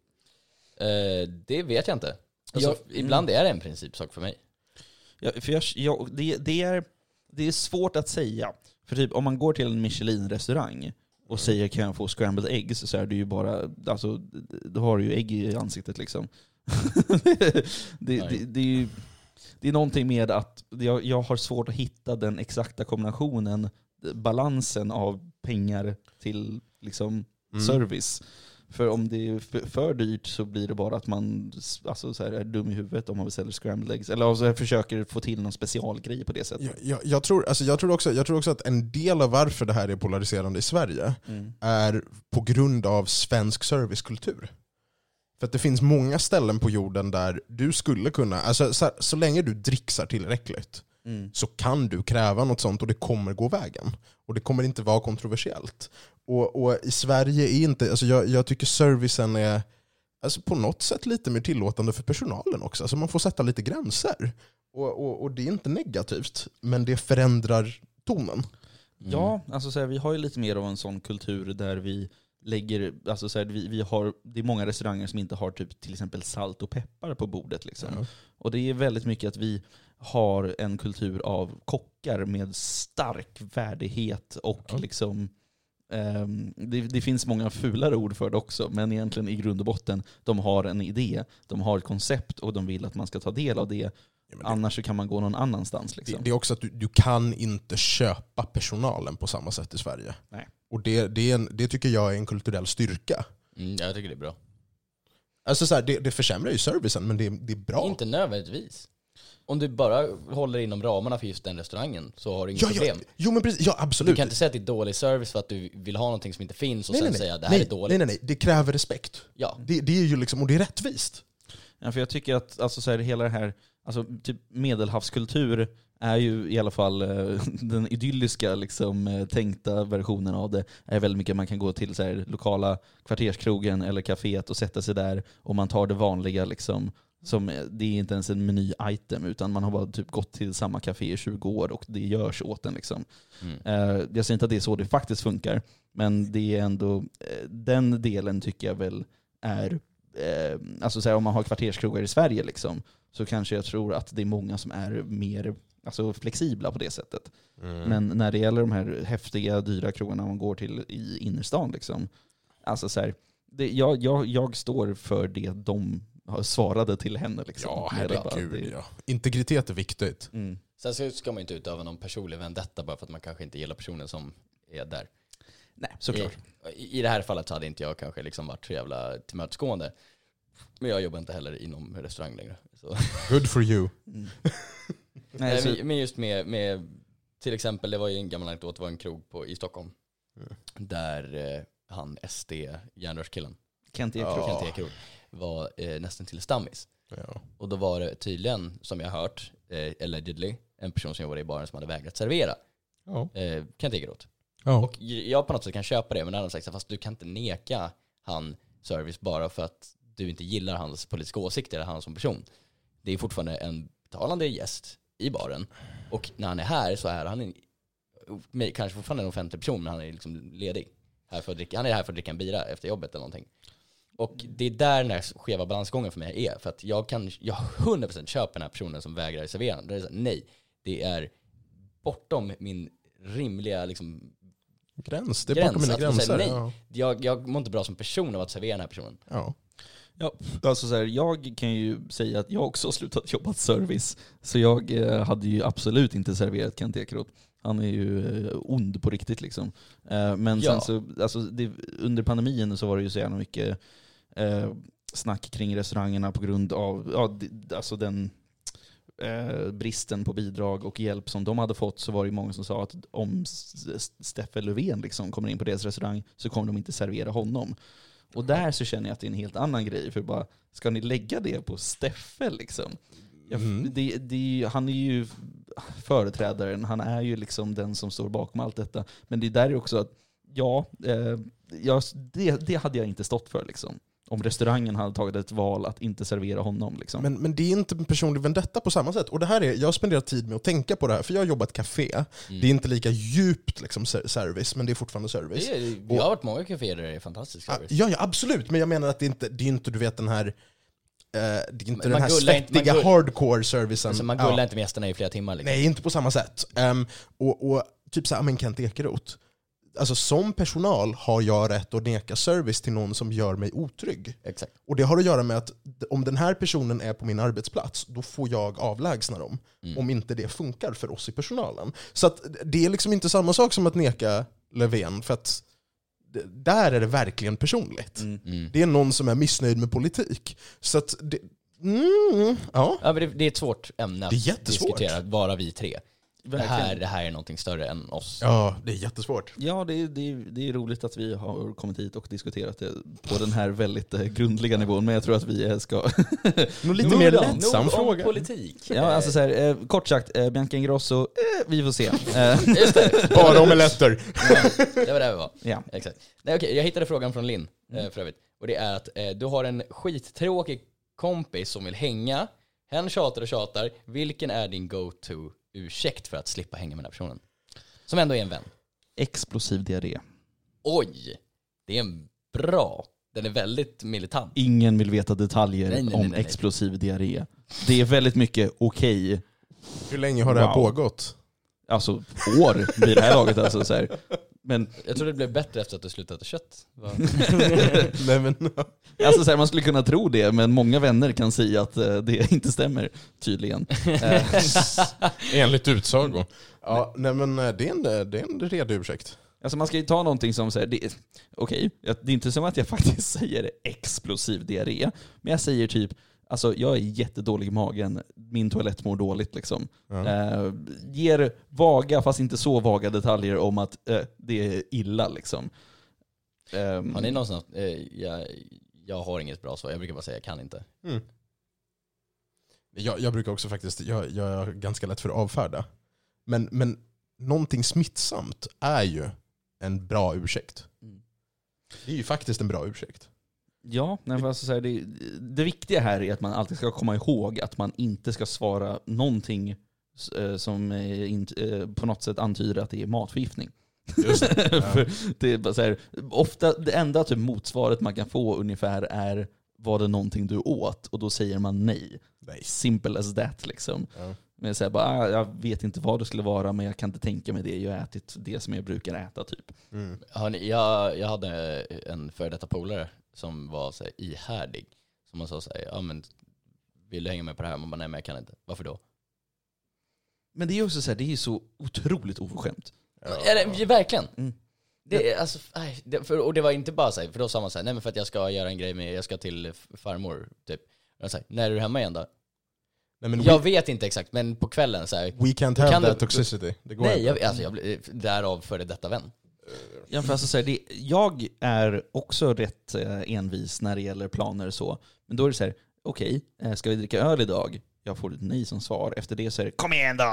Det vet jag inte. Alltså, ibland är det en principsak för mig. Ja, för det är svårt att säga. För typ, om man går till en Michelin-restaurang och säger kan jag få scrambled eggs så är det ju bara, alltså, då har du ju ägg i ansiktet liksom. Det är någonting med att jag har svårt att hitta den exakta kombinationen, balansen av pengar till liksom service. För om det är för dyrt så blir det bara att man alltså, så här, är dum i huvudet om man beställer scrambled eggs. Eller alltså, försöker få till någon specialgrej på det sättet. Jag tror också att en del av varför det här är polariserande i Sverige är på grund av svensk servicekultur. För att det finns många ställen på jorden där du skulle kunna, alltså så länge du dricksar tillräckligt så kan du kräva något sånt och det kommer gå vägen. Och det kommer inte vara kontroversiellt. Och i Sverige är inte, alltså jag tycker servicen är alltså på något sätt lite mer tillåtande för personalen också. Alltså man får sätta lite gränser. Och det är inte negativt, men det förändrar tonen. Ja, alltså så här, vi har ju lite mer av en sån kultur där vi lägger, alltså så här, vi har, det är många restauranger som inte har typ till exempel salt och peppar på bordet liksom. Och det är väldigt mycket att vi har en kultur av kockar med stark värdighet och liksom det finns många fulare ord för det också, men egentligen i grund och botten de har en idé, de har ett koncept och de vill att man ska ta del av det. Annars så kan man gå någon annanstans liksom. Det är också att du kan inte köpa personalen på samma sätt i Sverige. Nej. Och det tycker jag är en kulturell styrka. Jag tycker det är bra. Alltså så här, det försämrar ju servicen, men det är bra. Inte nödvändigtvis. Om du bara håller inom ramarna för just den restaurangen så har du inget problem. Jo, men precis, absolut. Du kan inte säga att det är dålig service för att du vill ha någonting som inte finns och sen säga att det här är dåligt. Nej, det kräver respekt. Ja. Det är ju liksom, och det är rättvist. Ja, för jag tycker att alltså, så här, hela det här, alltså, typ medelhavskultur är ju i alla fall den idylliska liksom, tänkta versionen av det är väldigt mycket man kan gå till så här, lokala kvarterskrogen eller kaféet och sätta sig där och man tar det vanliga liksom, som det är inte ens en meny-item utan man har bara typ gått till samma café i 20 år och det görs åt en liksom. Jag säger inte att det är så det faktiskt funkar, men det är ändå den delen tycker jag väl är alltså så här, om man har kvarterskrogar i Sverige liksom, så kanske jag tror att det är många som är mer alltså flexibla på det sättet. Men när det gäller de här häftiga, dyra krogarna man går till i innerstan liksom, alltså så här, jag står för det de svarade till henne liksom. Ja, herregud. Ja. Integritet är viktigt. Sen så ska man inte utöva någon personlig vendetta bara för att man kanske inte gillar personen som är där. Nej, såklart. I det här fallet så hade inte jag kanske liksom varit så jävla tillmötesgående. Men jag jobbar inte heller inom restaurang längre. Så. Good for you. Nej, så... Men just med till exempel, det var ju en gammal anekdot, det var en krog i Stockholm. Där han SD-järnrörskillen Kent Ekeroth var nästan till stammis. Ja. Och då var det tydligen, som jag har hört, allegedly, en person som jobbade i baren som hade vägrat servera Kent Ekeroth. Ja. Och jag på något sätt kan köpa det, men han har sagt fast du kan inte neka han service bara för att du inte gillar hans politiska åsikter eller han som person. Det är fortfarande en betalande gäst i baren. Och när han är här så är han kanske fortfarande en offentlig person, men han är liksom ledig. Han är här för att dricka en bira efter jobbet eller någonting. Och det är där den här skeva balansgången för mig är. För att jag 100% köper den här personen som vägrar servera. Det är så, nej, det är bortom min rimliga liksom, gräns. Det är bakom mina gränser. Säga, nej, jag mår inte bra som person av att servera den här personen. Ja, alltså så här, jag kan ju säga att jag också har slutat jobba service. Så jag hade ju absolut inte serverat Kent Ekeroth. Han är ju ond på riktigt liksom. Men sen så, alltså under pandemin så var det ju så gärna mycket snack kring restaurangerna på grund av alltså den bristen på bidrag och hjälp som de hade fått. Så var det ju många som sa att om Steffe Löfven liksom kommer in på deras restaurang så kommer de inte servera honom. Och där så känner jag att det är en helt annan grej. För bara, ska ni lägga det på Steffe liksom? Han är ju företrädaren. Han är ju liksom den som står bakom allt detta. Men det är där också att det hade jag inte stått för liksom. Om restaurangen hade tagit ett val att inte servera honom liksom. Men det är inte en personlig vendetta på samma sätt. Och det här jag har spenderat tid med att tänka på det här. För jag har jobbat café. Det är inte lika djupt liksom, service, men det är fortfarande service. Vi har varit många caféer där det är fantastisk service. Ja, absolut. Men jag menar att det är inte du vet den här det är inte den här svettiga hardcore-servicen. Alltså man gullar inte med gästerna i flera timmar. Liksom. Nej, inte på samma sätt. Och typ så här, men Kent Ekeroth. Alltså som personal har jag rätt att neka service till någon som gör mig otrygg. Exakt. Och det har att göra med att om den här personen är på min arbetsplats, då får jag avlägsna dem. Om inte det funkar för oss i personalen. Så att det är liksom inte samma sak som att neka Löfven, för att där är det verkligen personligt. Det är någon som är missnöjd med politik. Så att ja, men det är ett svårt ämne att diskutera, bara vi tre. Det här är någonting större än oss. Ja, det är jättesvårt. Ja, det är roligt att vi har kommit hit och diskuterat det på den här väldigt grundliga nivån. Men jag tror att vi ska... Nog lite mer lättsam fråga. Politik. Ja, alltså så här, kort sagt, Bianca Ingrosso, vi får se. Just det. Bara omeletter. Det var där vi var. Ja. Exakt. Nej, okej, jag hittade frågan från Linn för övrigt. Och det är att du har en skittråkig kompis som vill hänga. Hen tjatar och tjatar. Vilken är din go-to-ursäkt för att slippa hänga med den här personen? Som ändå är en vän. Explosiv diarré. Oj, det är en bra. Den är väldigt militant. Ingen vill veta detaljer om explosiv diarré. Det är väldigt mycket okej. Hur länge har det här pågått? Alltså år vid det här laget. Alltså, så här. Men jag tror det blev bättre efter att du slutade äta kött. Nej, men... Alltså, så här, man skulle kunna tro det, men många vänner kan säga att det inte stämmer, tydligen. Enligt utsago. Ja, nej, men det är en redig ursäkt. Alltså man ska ju ta någonting som säger, okej, det är inte som att jag faktiskt säger explosiv diarré, men jag säger typ, alltså jag är jättedålig i magen, min toalett mår dåligt liksom. Ger vaga, fast inte så vaga detaljer om att det är illa liksom. Har ni någonstans, jag har inget bra svar, jag brukar bara säga jag kan inte. Jag brukar också faktiskt, jag är ganska lätt för att avfärda. Men någonting smittsamt är ju en bra ursäkt. Det är ju faktiskt en bra ursäkt. Ja, nej, alltså så här, det viktiga här är att man alltid ska komma ihåg att man inte ska svara någonting som på något sätt antyder att det är matförgiftning. Just det. Ja. För det är bara så här, ofta det enda typ motsvaret man kan få ungefär är, var det någonting du åt? Och då säger man nej. Simple as that liksom. Men jag bara, jag vet inte vad det skulle vara, men jag kan inte tänka mig det. Jag har ätit det som jag brukar äta typ. Jag hade en före detta polare som var så här ihärdig. Som man sa så här, ja men vill du hänga med på det här? Man bara, nej men jag kan inte. Varför då? Men det är ju också så här, det är ju så otroligt oförskämt. Ja, verkligen. Det är alltså, och det var inte bara så här, för då sa man så här, nej men för att jag ska göra en grej med, jag ska till farmor typ. Och så här, när är du hemma igen då? Nej, men jag vet inte exakt, men på kvällen så här, we can't have that toxicity. Det går nej, jag därav före detta vän. Ja, för alltså, så här, jag är också rätt envis när det gäller planer och så. Men då är det så här, okej, ska vi dricka öl idag? Jag får ett nej som svar. Efter det så är det, kom igen då!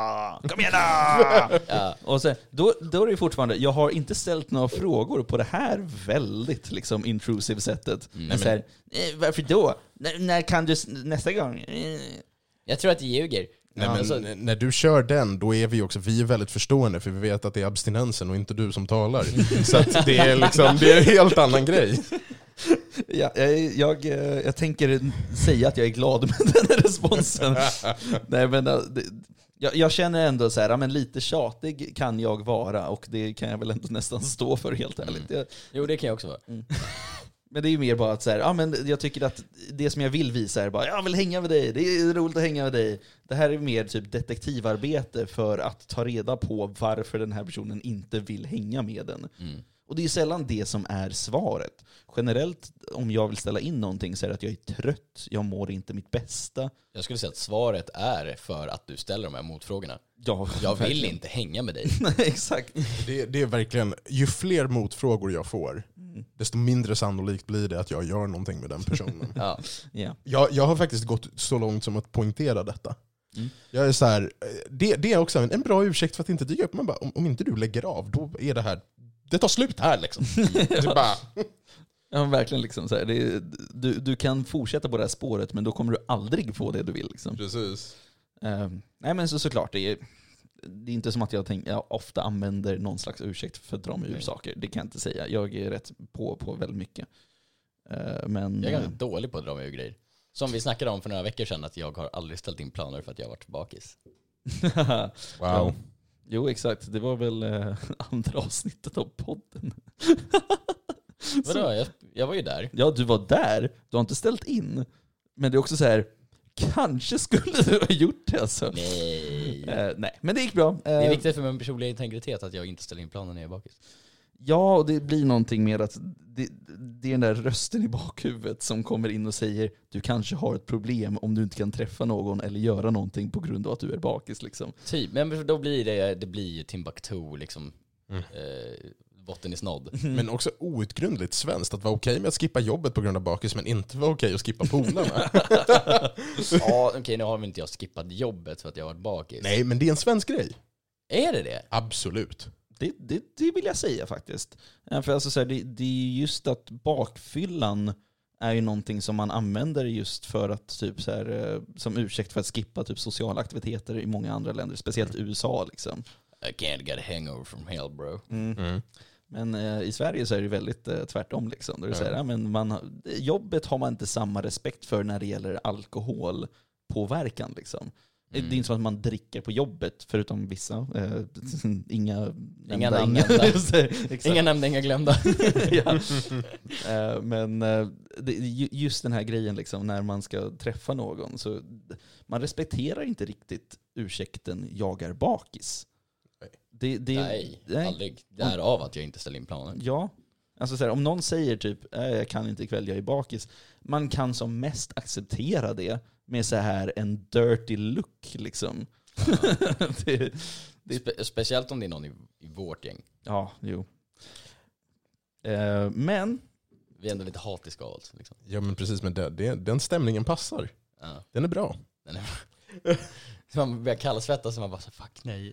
Ja. Och så, då är det fortfarande, jag har inte ställt några frågor på det här väldigt liksom intrusive sättet. Men så här, varför då? När kan du nästa gång? Jag tror att det ljuger. Nej, men alltså, när du kör den, då är vi är väldigt förstående, för vi vet att det är abstinensen och inte du som talar. Så att det är liksom, det är en helt annan grej. Ja, jag tänker säga att jag är glad med den här responsen. Nej, men jag känner ändå så här, men lite tjatig kan jag vara, och det kan jag väl ändå nästan stå för, helt ärligt. Jo, det kan jag också vara. Men det är ju mer bara att så här, men jag tycker att det som jag vill visa är bara, jag vill hänga med dig, det är roligt att hänga med dig. Det här är mer typ detektivarbete för att ta reda på varför den här personen inte vill hänga med den. Och det är sällan det som är svaret. Generellt, om jag vill ställa in någonting, så är det att jag är trött, jag mår inte mitt bästa. Jag skulle säga att svaret är för att du ställer de här motfrågorna. Ja, jag vill inte hänga med dig. Nej, exakt. Det är verkligen, ju fler motfrågor jag får, desto mindre sannolikt blir det att jag gör någonting med den personen. Jag har faktiskt gått så långt som att poängtera detta. Jag är så här, det är också en bra ursäkt för att inte dyka upp. Man bara, om inte du lägger av, då är det här, det tar slut här liksom. Det bara... Ja, verkligen liksom så här, du kan fortsätta på det här spåret, men då kommer du aldrig få det du vill liksom. Precis. Nej, men såklart, det är inte som att jag ofta använder någon slags ursäkt för att dra mig ur saker. Det kan jag inte säga. Jag är rätt på väldigt mycket. Men jag är ganska dålig på att dra mig ur grejer. Som vi snackade om för några veckor sedan, att jag har aldrig ställt in planer för att jag har varit bakis. Wow. Ja. Jo, exakt. Det var väl andra avsnittet av podden. Vadå? Jag var ju där. Ja, du var där. Du har inte ställt in. Men det är också så här, kanske skulle du ha gjort det alltså. Nej. Nej, men det gick bra. Det är viktigt för min personliga integritet att jag inte ställer in planen när jag är bakis. Ja, och det blir någonting med att det är den där rösten i bakhuvudet som kommer in och säger, du kanske har ett problem om du inte kan träffa någon eller göra någonting på grund av att du är bakis liksom. Typ, men då blir det blir ju Timbuktu liksom. Botten i snodd. Men också outgrundligt svenskt att vara okej med att skippa jobbet på grund av bakis, men inte vara okej att skippa polarna. Ja, okej, nu har väl inte jag skippat jobbet för att jag har varit bakis. Nej, men det är en svensk grej. Är det? Absolut. Det vill jag säga faktiskt. För alltså så här, det är just att bakfyllan är ju någonting som man använder just för att typ så här, som ursäkt för att skippa typ sociala aktiviteter i många andra länder, speciellt USA liksom. I can't get a hangover from hell, bro. Men i Sverige så är det väldigt tvärtom liksom. Då är det så här, men jobbet har man inte samma respekt för när det gäller alkoholpåverkan liksom. Det är inte som att man dricker på jobbet, förutom vissa. Inga nämnda. Inga nämnda, inga glömda. Ja. Men just den här grejen liksom, när man ska träffa någon, så man respekterar inte riktigt ursäkten jag är bakis. Nej, aldrig. Därav att jag inte ställer in planen. Ja, alltså så här, om någon säger typ jag kan inte ikväll, jag är bakis. Man kan som mest acceptera det med så här en dirty look liksom. Speciellt om det är någon i vårt gäng. Ja, jo. Men vi är ändå lite hatiska av oss liksom. Ja, men precis, men den stämningen passar. Ja. Den är bra. Så man börjar kallsvettas och man bara så, fuck nej.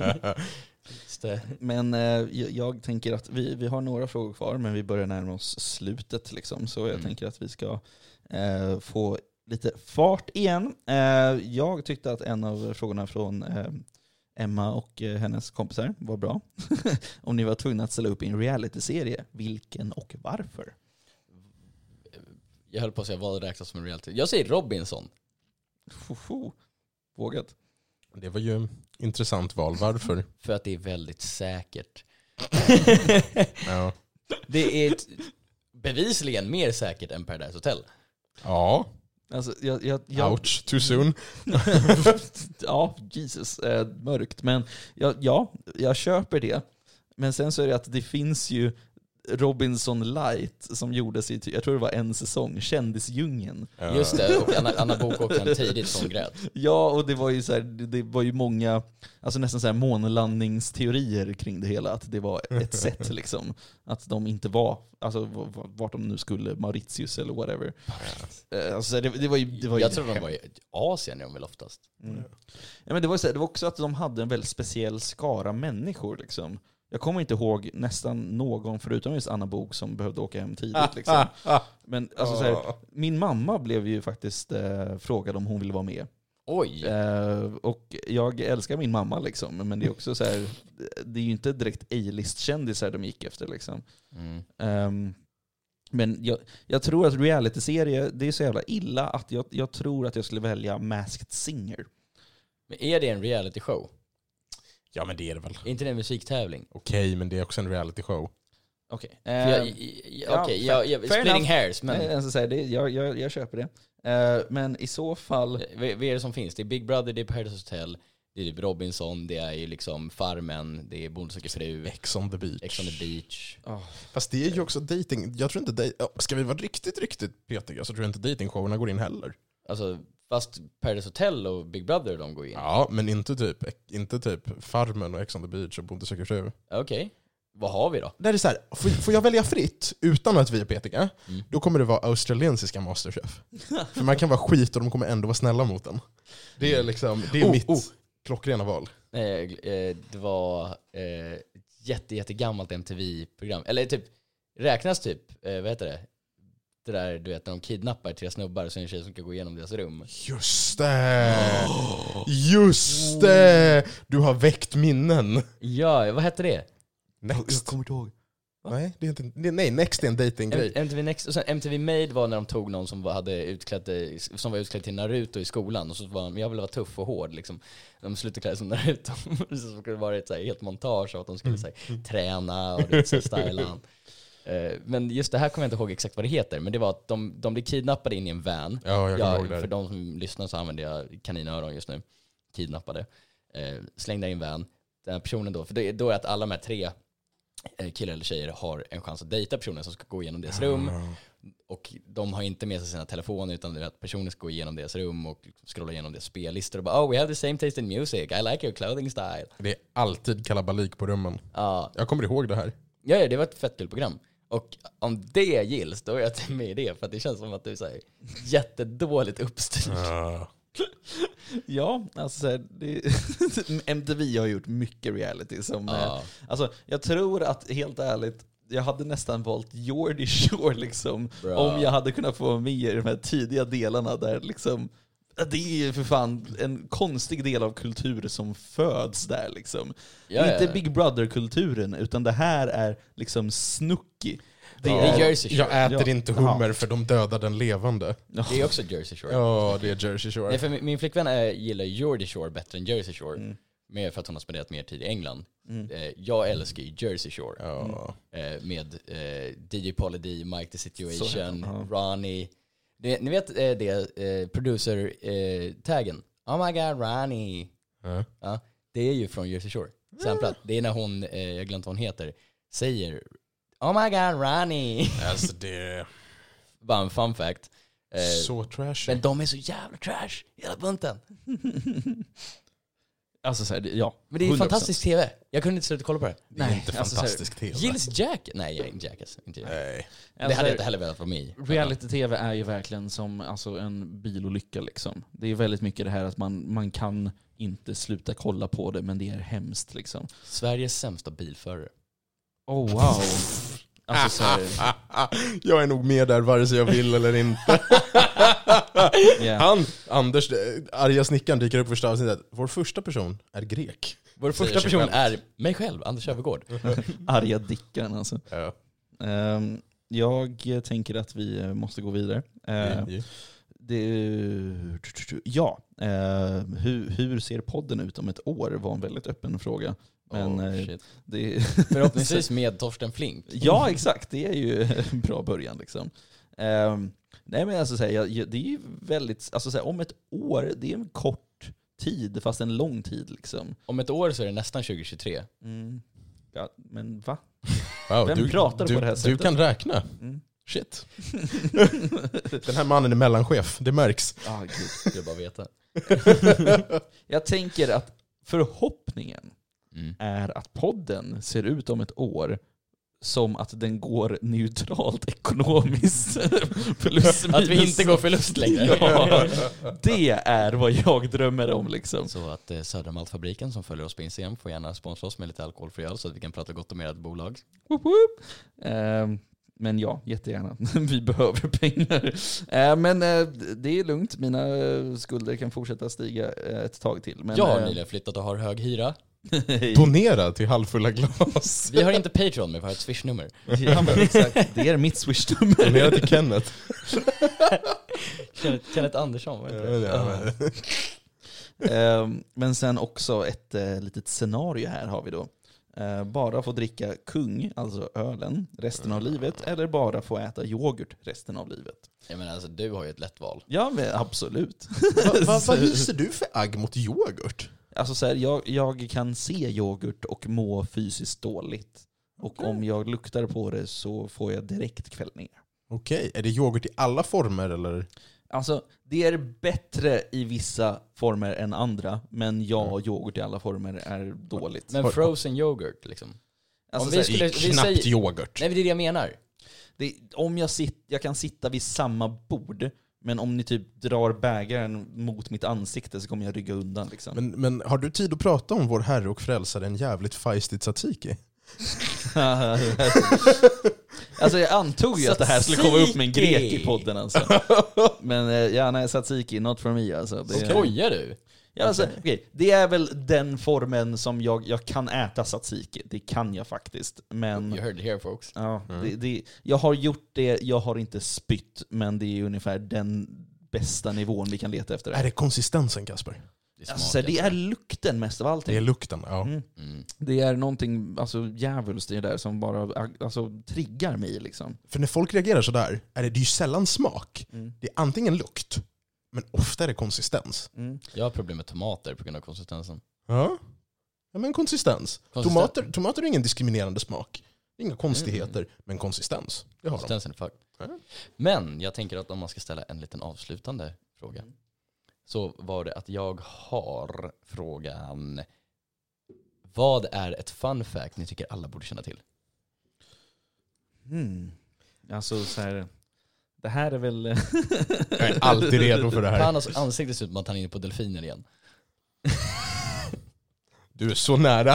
Men jag tänker att vi har några frågor kvar, men vi börjar närma oss slutet liksom. Så jag tänker att vi ska få lite fart igen. Jag tyckte att en av frågorna från Emma och hennes kompisar var bra. Om ni var tvungna att ställa upp i en reality-serie, vilken och varför? Jag höll på att säga vad räknas som en reality. Jag säger Robinson. Vågat. Det var ju intressant val. Varför? För att det är väldigt säkert. Ja. Det är bevisligen mer säkert än Paradise Hotel. Ja. Alltså, Ouch, too soon. Ja, Jesus, mörkt. Men jag köper det. Men sen så är det att det finns ju Robinson Light som gjordes i, jag tror det var en säsong, Kändisdjungeln. Ja. Just det, och Anna Bok åkte hem tidigt från grät. Ja, och det var ju så här, det var ju många, alltså nästan så här månländningsteorier kring det hela, att det var ett sätt liksom, att de inte var, alltså vart de nu skulle, Mauritius eller whatever. Alltså det var ju Jag tror de var i Asien de väl oftast. Mm. Ja, men det var så här, det var också att de hade en väldigt speciell skara människor liksom. Jag kommer inte ihåg nästan någon förutom just Anna Bok som behövde åka hem tidigt liksom. Men alltså så här, min mamma blev ju faktiskt frågad om hon ville vara med. Oj. Och jag älskar min mamma liksom, men det är också så här, det är ju inte direkt A-list-kändisar de gick efter liksom. Men jag tror att reality-serie, det är så jävla illa att jag tror att jag skulle välja Masked Singer. Men är det en reality show? Ja, men det är det väl. Är inte det en musiktävling? Okej, men det är också en reality show. Okej. Splitting hairs, men Alltså, jag köper det. Men i så fall... vad är det som finns? Det är Big Brother, det är Paradise Hotel, det är typ Robinson, det är ju liksom Farmen, det är Bonde söker fru, Ex on the beach. Ex on the beach. Fast det är ju också dating. Jag tror inte ska vi vara riktigt petiga så tror jag inte dating-showerna går in heller. Alltså, fast Paradise Hotel och Big Brother, de går in. Ja, men inte typ Farmen och Ex on the beach och Bonde söker fru. Okej. Vad har vi då? Där är så här, får jag välja fritt utan att vi är petiga, då kommer det vara australiensiska Masterchef. För man kan vara skit och de kommer ändå vara snälla mot den. Det är liksom, det är mitt klockrena val. Det var jättegammalt MTV-program. Eller typ, räknas typ, vad heter det? Det där, du vet, när de kidnappar 3 snubbar och så är en tjej som kan gå igenom deras rum. Just det! Just det! Du har väckt minnen. Ja, vad hette det? Next. Jag kommer inte ihåg. Nej, det är inte, nej, Next är en datinggrej. MTV Next, och sen MTV Made var när de tog någon som var utklädd till Naruto i skolan. Och så var jag ville vara tuff och hård liksom. De slutade klä som Naruto. Så skulle det vara ett så här, helt montage av att de skulle så här, träna och så här, styla. Men just det här kommer jag inte ihåg exakt vad det heter. Men det var att de blev kidnappade in i en van. Ja, jag kommer ihåg det. För de som lyssnar så använder jag kaninöron just nu. Kidnappade. Slängda i en van. Den här personen då, för då är att alla de här 3 killar eller tjejer har en chans att dejta personen som ska gå igenom deras rum. Och de har inte med sig sina telefoner, utan det är att personen ska gå igenom deras rum och scrolla igenom deras spellistor och bara, we have the same taste in music, I like your clothing style. Det är alltid kalabalik på rummen. Ja. Jag kommer ihåg det här. Ja, det var ett fett kul program. Och om det gills, då är jag med i det. För att det känns som att det är så här jättedåligt uppstyrt. Ja, alltså MTV har gjort mycket reality som... Alltså, jag tror att, helt ärligt, jag hade nästan valt Geordie Shore liksom. Bra. Om jag hade kunnat få vara med i de här tidiga delarna där liksom... Det är ju för fan en konstig del av kultur som föds där liksom. Inte Big Brother-kulturen, utan det här är liksom Snooki. Det är Jersey Shore. Jag äter inte hummer för de dödar den levande. Det är också Jersey Shore. Ja, det är Jersey Shore. Nej, för min flickvän gillar Geordie Shore bättre än Jersey Shore. Mer för att hon har spenderat mer tid i England. Jag älskar ju Jersey Shore. Med DJ Pauly D, Mike the Situation, Ronnie. Ni vet det producer-taggen. Oh my god, Ronnie. Ja, det är ju från Jersey Shore. Samplat. Det är när hon, jag glömde vad hon heter, säger oh my god, Ronnie. Alltså det... Bara en fun fact. Så trash. Men de är så jävla trash, hela bunten. Alltså så här, ja. Men det är 100%. fantastisk tv. Jag kunde inte sluta kolla på det. Det är inte fantastisk tv. Gills Jack? Nej, jag är inte Jackass. Inte jag. Nej. Det hade jag inte heller velat vara med i. Reality-tv är ju verkligen som alltså, en bilolycka liksom. Det är väldigt mycket det här att man kan inte sluta kolla på det, men det är hemskt liksom. Sveriges sämsta bilförare. Oh wow. Alltså, så här, jag är nog med där vare sig jag vill eller inte. Anders, arga snickaren dyker upp första avsnittet. Vår första person är grek. Vår första person är mig själv, Anders Övergård. arga dickan alltså. Ja. Jag tänker att vi måste gå vidare. Hur ser podden ut om ett år var en väldigt öppen fråga. Men förhoppningsvis med Torsten Flink. Ja, exakt. Det är ju en bra början liksom. Nej, men alltså, det är ju väldigt, alltså, om ett år, det är en kort tid, fast en lång tid liksom. Om ett år så är det nästan 2023. Ja, men va? Wow, Vem pratar på det här sättet? Du kan räkna. Shit. Den här mannen är mellanchef, det märks. Gud, jag bara veta. Jag tänker att förhoppningen är att podden ser ut om ett år som att den går neutralt ekonomiskt. Att vi inte går förlust längre. Ja, det är vad jag drömmer om liksom. Så att Södermaltfabriken som följer oss på Instagram får gärna sponsra oss med lite alkoholfri öl så att vi kan prata gott om ert bolag. Men ja, jättegärna. Vi behöver pengar. Men det är lugnt. Mina skulder kan fortsätta stiga ett tag till. Men, jag har nyligen flyttat och har hög hyra. Donera till halvfulla glas. Vi har inte Patreon, men vi har ett Swish-nummer. Ja, men exakt. Det är mitt Swish-nummer. Donera till Kenneth. Kenneth Andersson, vad heter det? Men sen också ett litet scenario här har vi då. Bara få dricka kung, alltså ölen, resten av livet, eller bara få äta yoghurt resten av livet. Jag menar, alltså, du har ju ett lätt val. Ja, men absolut. Vad hyser du för agg mot yoghurt? Alltså så här, jag kan se yoghurt och må fysiskt dåligt. Och om jag luktar på det så får jag direkt kvällningar. Okej, är det yoghurt i alla former eller? Alltså, det är bättre i vissa former än andra, men yoghurt i alla former är dåligt. Men frozen yoghurt liksom. Alltså, det är knappt yoghurt. Nej, det är det jag menar. Om jag kan sitta vid samma bord, men om ni typ drar bägaren mot mitt ansikte så kommer jag rygga undan liksom. Men har du tid att prata om vår herre och frälsare, en jävligt feisty tzatziki? Alltså jag antog ju att det här skulle komma upp med en grek i podden alltså. Men nej, tzatziki, not for me alltså. Skojar du? Ja, alltså, okay. Det är väl den formen som jag kan äta tzatziki. Det kan jag faktiskt. Men you heard it here, folks. Ja, jag har gjort det, jag har inte spytt, men det är ungefär den bästa nivån vi kan leta efter. Är det konsistensen, Kasper? Det är lukten mest av allting. Det är lukten, ja. Det är någonting djävulskt i det där som bara triggar mig liksom. För när folk reagerar så där är det ju sällan smak. Det är antingen lukt, men ofta är det konsistens. Jag har problem med tomater på grund av konsistensen. Ja, men konsistens. Tomater är ingen diskriminerande smak. Inga konstigheter, men konsistens. Det har konsistensen är fuck. Men jag tänker att om man ska ställa en liten avslutande fråga, så var det att jag har frågan: vad är ett fun fact ni tycker alla borde känna till? Alltså så här, det här är väl... Jag är alltid redo för det här. Hans ansikte ser ut som att han är inne på delfiner igen. Du är så nära.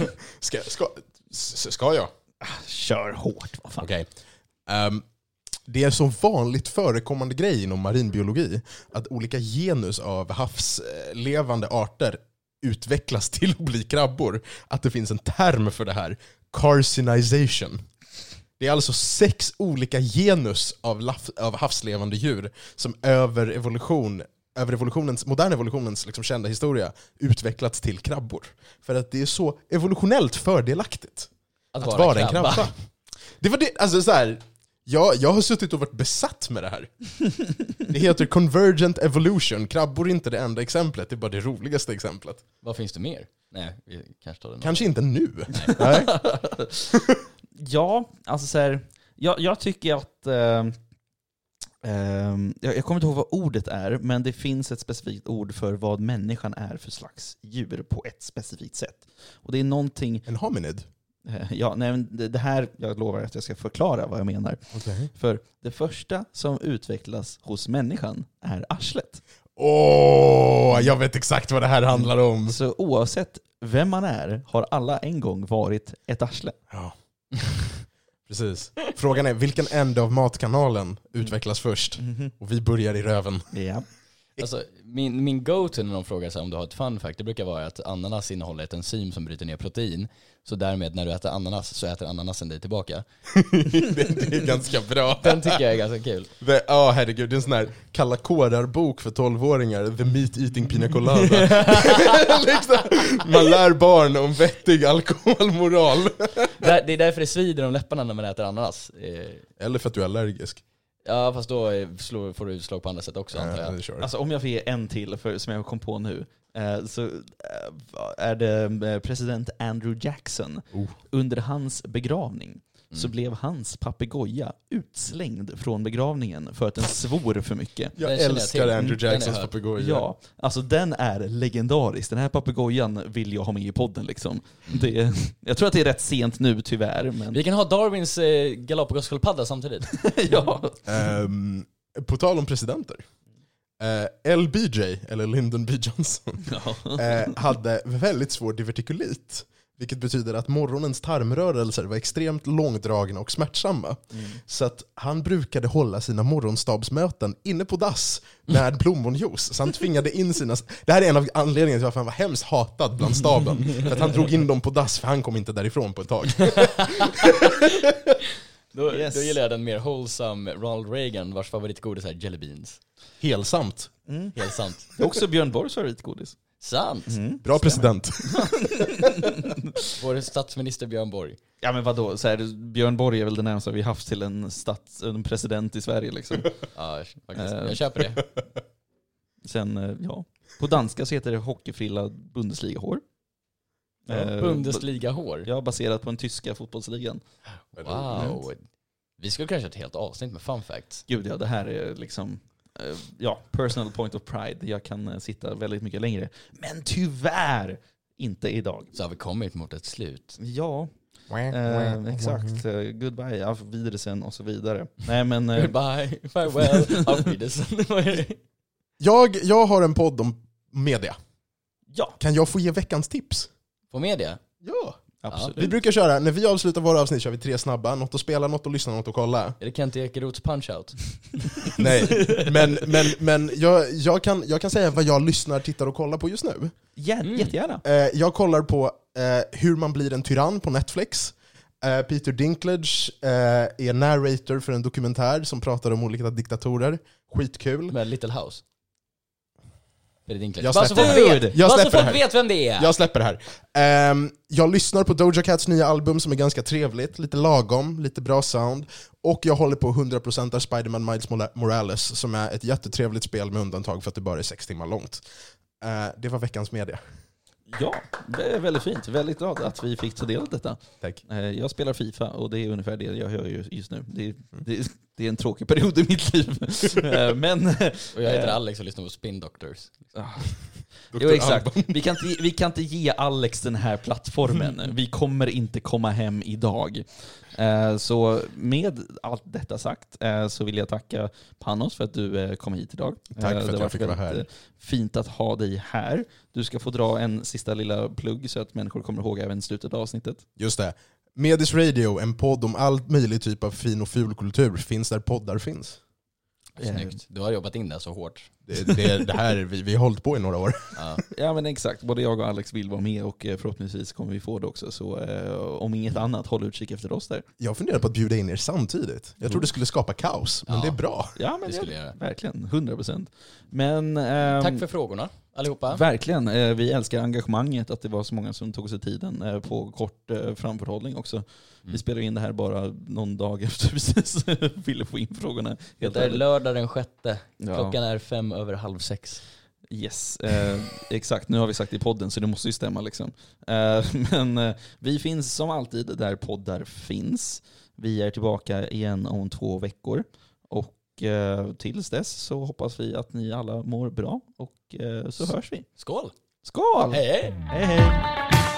Ska jag? Kör hårt, vad fan. Okej. Det är så vanligt förekommande grej inom marinbiologi att olika genus av havslevande arter utvecklas till att bli krabbor. Att det finns en term för det här. Carcinization. Det är alltså 6 olika genus av havslevande djur som över modern evolutionens liksom kända historia utvecklats till krabbor. För att det är så evolutionellt fördelaktigt att vara en krabba. Det var det, alltså så här. Jag har suttit och varit besatt med det här. Det heter convergent evolution. Krabbor är inte det enda exemplet, det är bara det roligaste exemplet. Vad finns det mer? Nej, vi kanske tar den. Kanske inte nu. Nej. Ja, alltså så här, jag tycker att jag kommer inte ihåg vad ordet är, men det finns ett specifikt ord för vad människan är för slags djur på ett specifikt sätt. Och det är någonting... En hominid? Ja, nej, det här, jag lovar att jag ska förklara vad jag menar. Okay. För det första som utvecklas hos människan är arslet. Jag vet exakt vad det här handlar om. Så oavsett vem man är har alla en gång varit ett arsle. Ja. Precis. Frågan är, vilken ände av matkanalen utvecklas först? Och vi börjar i röven. Ja. Alltså, min go-to när de frågar sig om du har ett fun fact, det brukar vara att ananas innehåller ett enzym som bryter ner protein. Så därmed när du äter ananas så äter ananasen dig tillbaka. Det är ganska bra. Den tycker jag är ganska kul. Herregud, det är en sån här kalla kårar-bok för 12-åringar. The Meat Eating Pina Colada. Liksom, man lär barn om vettig alkoholmoral. Det är därför det svider om läpparna när man äter ananas. Eller för att du är allergisk. Ja, fast då får du utslag på andra sätt också, antar jag. Sure. Alltså om jag får ge en till som jag kom på nu, så är det president Andrew Jackson. Under hans begravning så blev hans papegoja utslängd från begravningen för att den svor för mycket. Jag älskar Andrew Jacksons papegoja. Ja, alltså den är legendarisk. Den här papegojan vill jag ha med i podden liksom. Jag tror att det är rätt sent nu tyvärr. Men... Vi kan ha Darwins Galapagos-sköldpadda samtidigt. Ja. På tal om presidenter. LBJ, eller Lyndon B. Johnson, hade väldigt svår divertikulit. Vilket betyder att morgonens tarmrörelser var extremt långdragna och smärtsamma. Så att han brukade hålla sina morgonstabsmöten inne på dass med plommonjuice. Så han tvingade in sina... Det här är en av anledningarna till varför han var hemskt hatad bland staben. För att han drog in dem på dass, för han kom inte därifrån på ett tag. Då gillar jag den mer wholesome Ronald Reagan, vars favoritgodis är jelly beans. Helsamt. Helt sant. Det är också Björn Borgs favoritgodis. Sant. Bra president. Vår statsminister Björn Borg. Ja men vadå, så här, Björn Borg är väl det närmaste vi haft till en president i Sverige liksom. Ja, faktiskt. Jag köper det. Sen, på danska så heter det hockeyfrilla Bundesliga-hår. Bundesliga-hår? Ja, baserat på den tyska fotbollsligan. Wow. Vi skulle kanske ha ett helt avsnitt med fun facts. Gud ja, det här är liksom... personal point of pride. Jag kan sitta väldigt mycket längre. Men tyvärr inte idag. Så har vi kommit mot ett slut. Ja, exakt. Goodbye, auf Wiedersehen och så vidare. Nej, men, goodbye, farewell, auf Wiedersehen. Jag har en podd om media. Ja. Kan jag få ge veckans tips? På media? Ja. Absolut. Vi brukar köra, när vi avslutar våra avsnitt kör vi 3 snabba. Något att spela, något att lyssna, något att kolla. Är det Kent Ekeroths Punch-Out? Nej, men jag kan säga vad jag lyssnar, tittar och kollar på just nu. Jättegärna. Jag kollar på Hur man blir en tyrann på Netflix. Peter Dinklage är narrator för en dokumentär som pratar om olika diktatorer. Skitkul. Med Little House. Jag släpper folk vet vem det är. Jag släpper det här. Jag lyssnar på Doja Cats nya album som är ganska trevligt. Lite lagom, lite bra sound. Och jag håller på 100% av Spider-Man Miles Morales som är ett jättetrevligt spel med undantag för att det bara är 6 timmar långt. Det var veckans media. Ja, det är väldigt fint. Väldigt glad att vi fick ta del av detta. Tack. Jag spelar FIFA och det är ungefär det jag hör just nu. Det är en tråkig period i mitt liv. Men, och jag heter Alex och lyssnar på Spin Doctors. Jo, exakt. Vi kan inte ge Alex den här plattformen. Vi kommer inte komma hem idag. Så med allt detta sagt så vill jag tacka Panos för att du kom hit idag. Tack för att jag fick vara här. Fint att ha dig här. Du ska få dra en sista lilla plugg så att människor kommer ihåg även slutet av avsnittet. Just det. Medis Radio, en podd om allt möjligt typ av fin och ful kultur, finns där poddar finns. Snyggt. Du har jobbat in det så hårt. Det här, vi har hållit på i några år. Ja men exakt, både jag och Alex vill vara med och förhoppningsvis kommer vi få det också. Så om inget annat, håll utkik efter oss där. Jag funderar på att bjuda in er samtidigt. Jag tror det skulle skapa kaos, men det är bra. Ja men det skulle göra. Verkligen, 100%. Men, tack för frågorna allihopa. Verkligen, vi älskar engagemanget, att det var så många som tog sig tiden på kort framförhållning också. Vi spelar in det här bara någon dag efter vi ville få in frågorna. Det är lördag den 6:e. Klockan är 5:05. Yes, exakt. Nu har vi sagt i podden så det måste ju stämma liksom. Men vi finns som alltid där poddar finns. Vi är tillbaka igen om 2 veckor. Och tills dess så hoppas vi att ni alla mår bra. Och så hörs vi. Skål! Skål! Hej hej! Hej hej!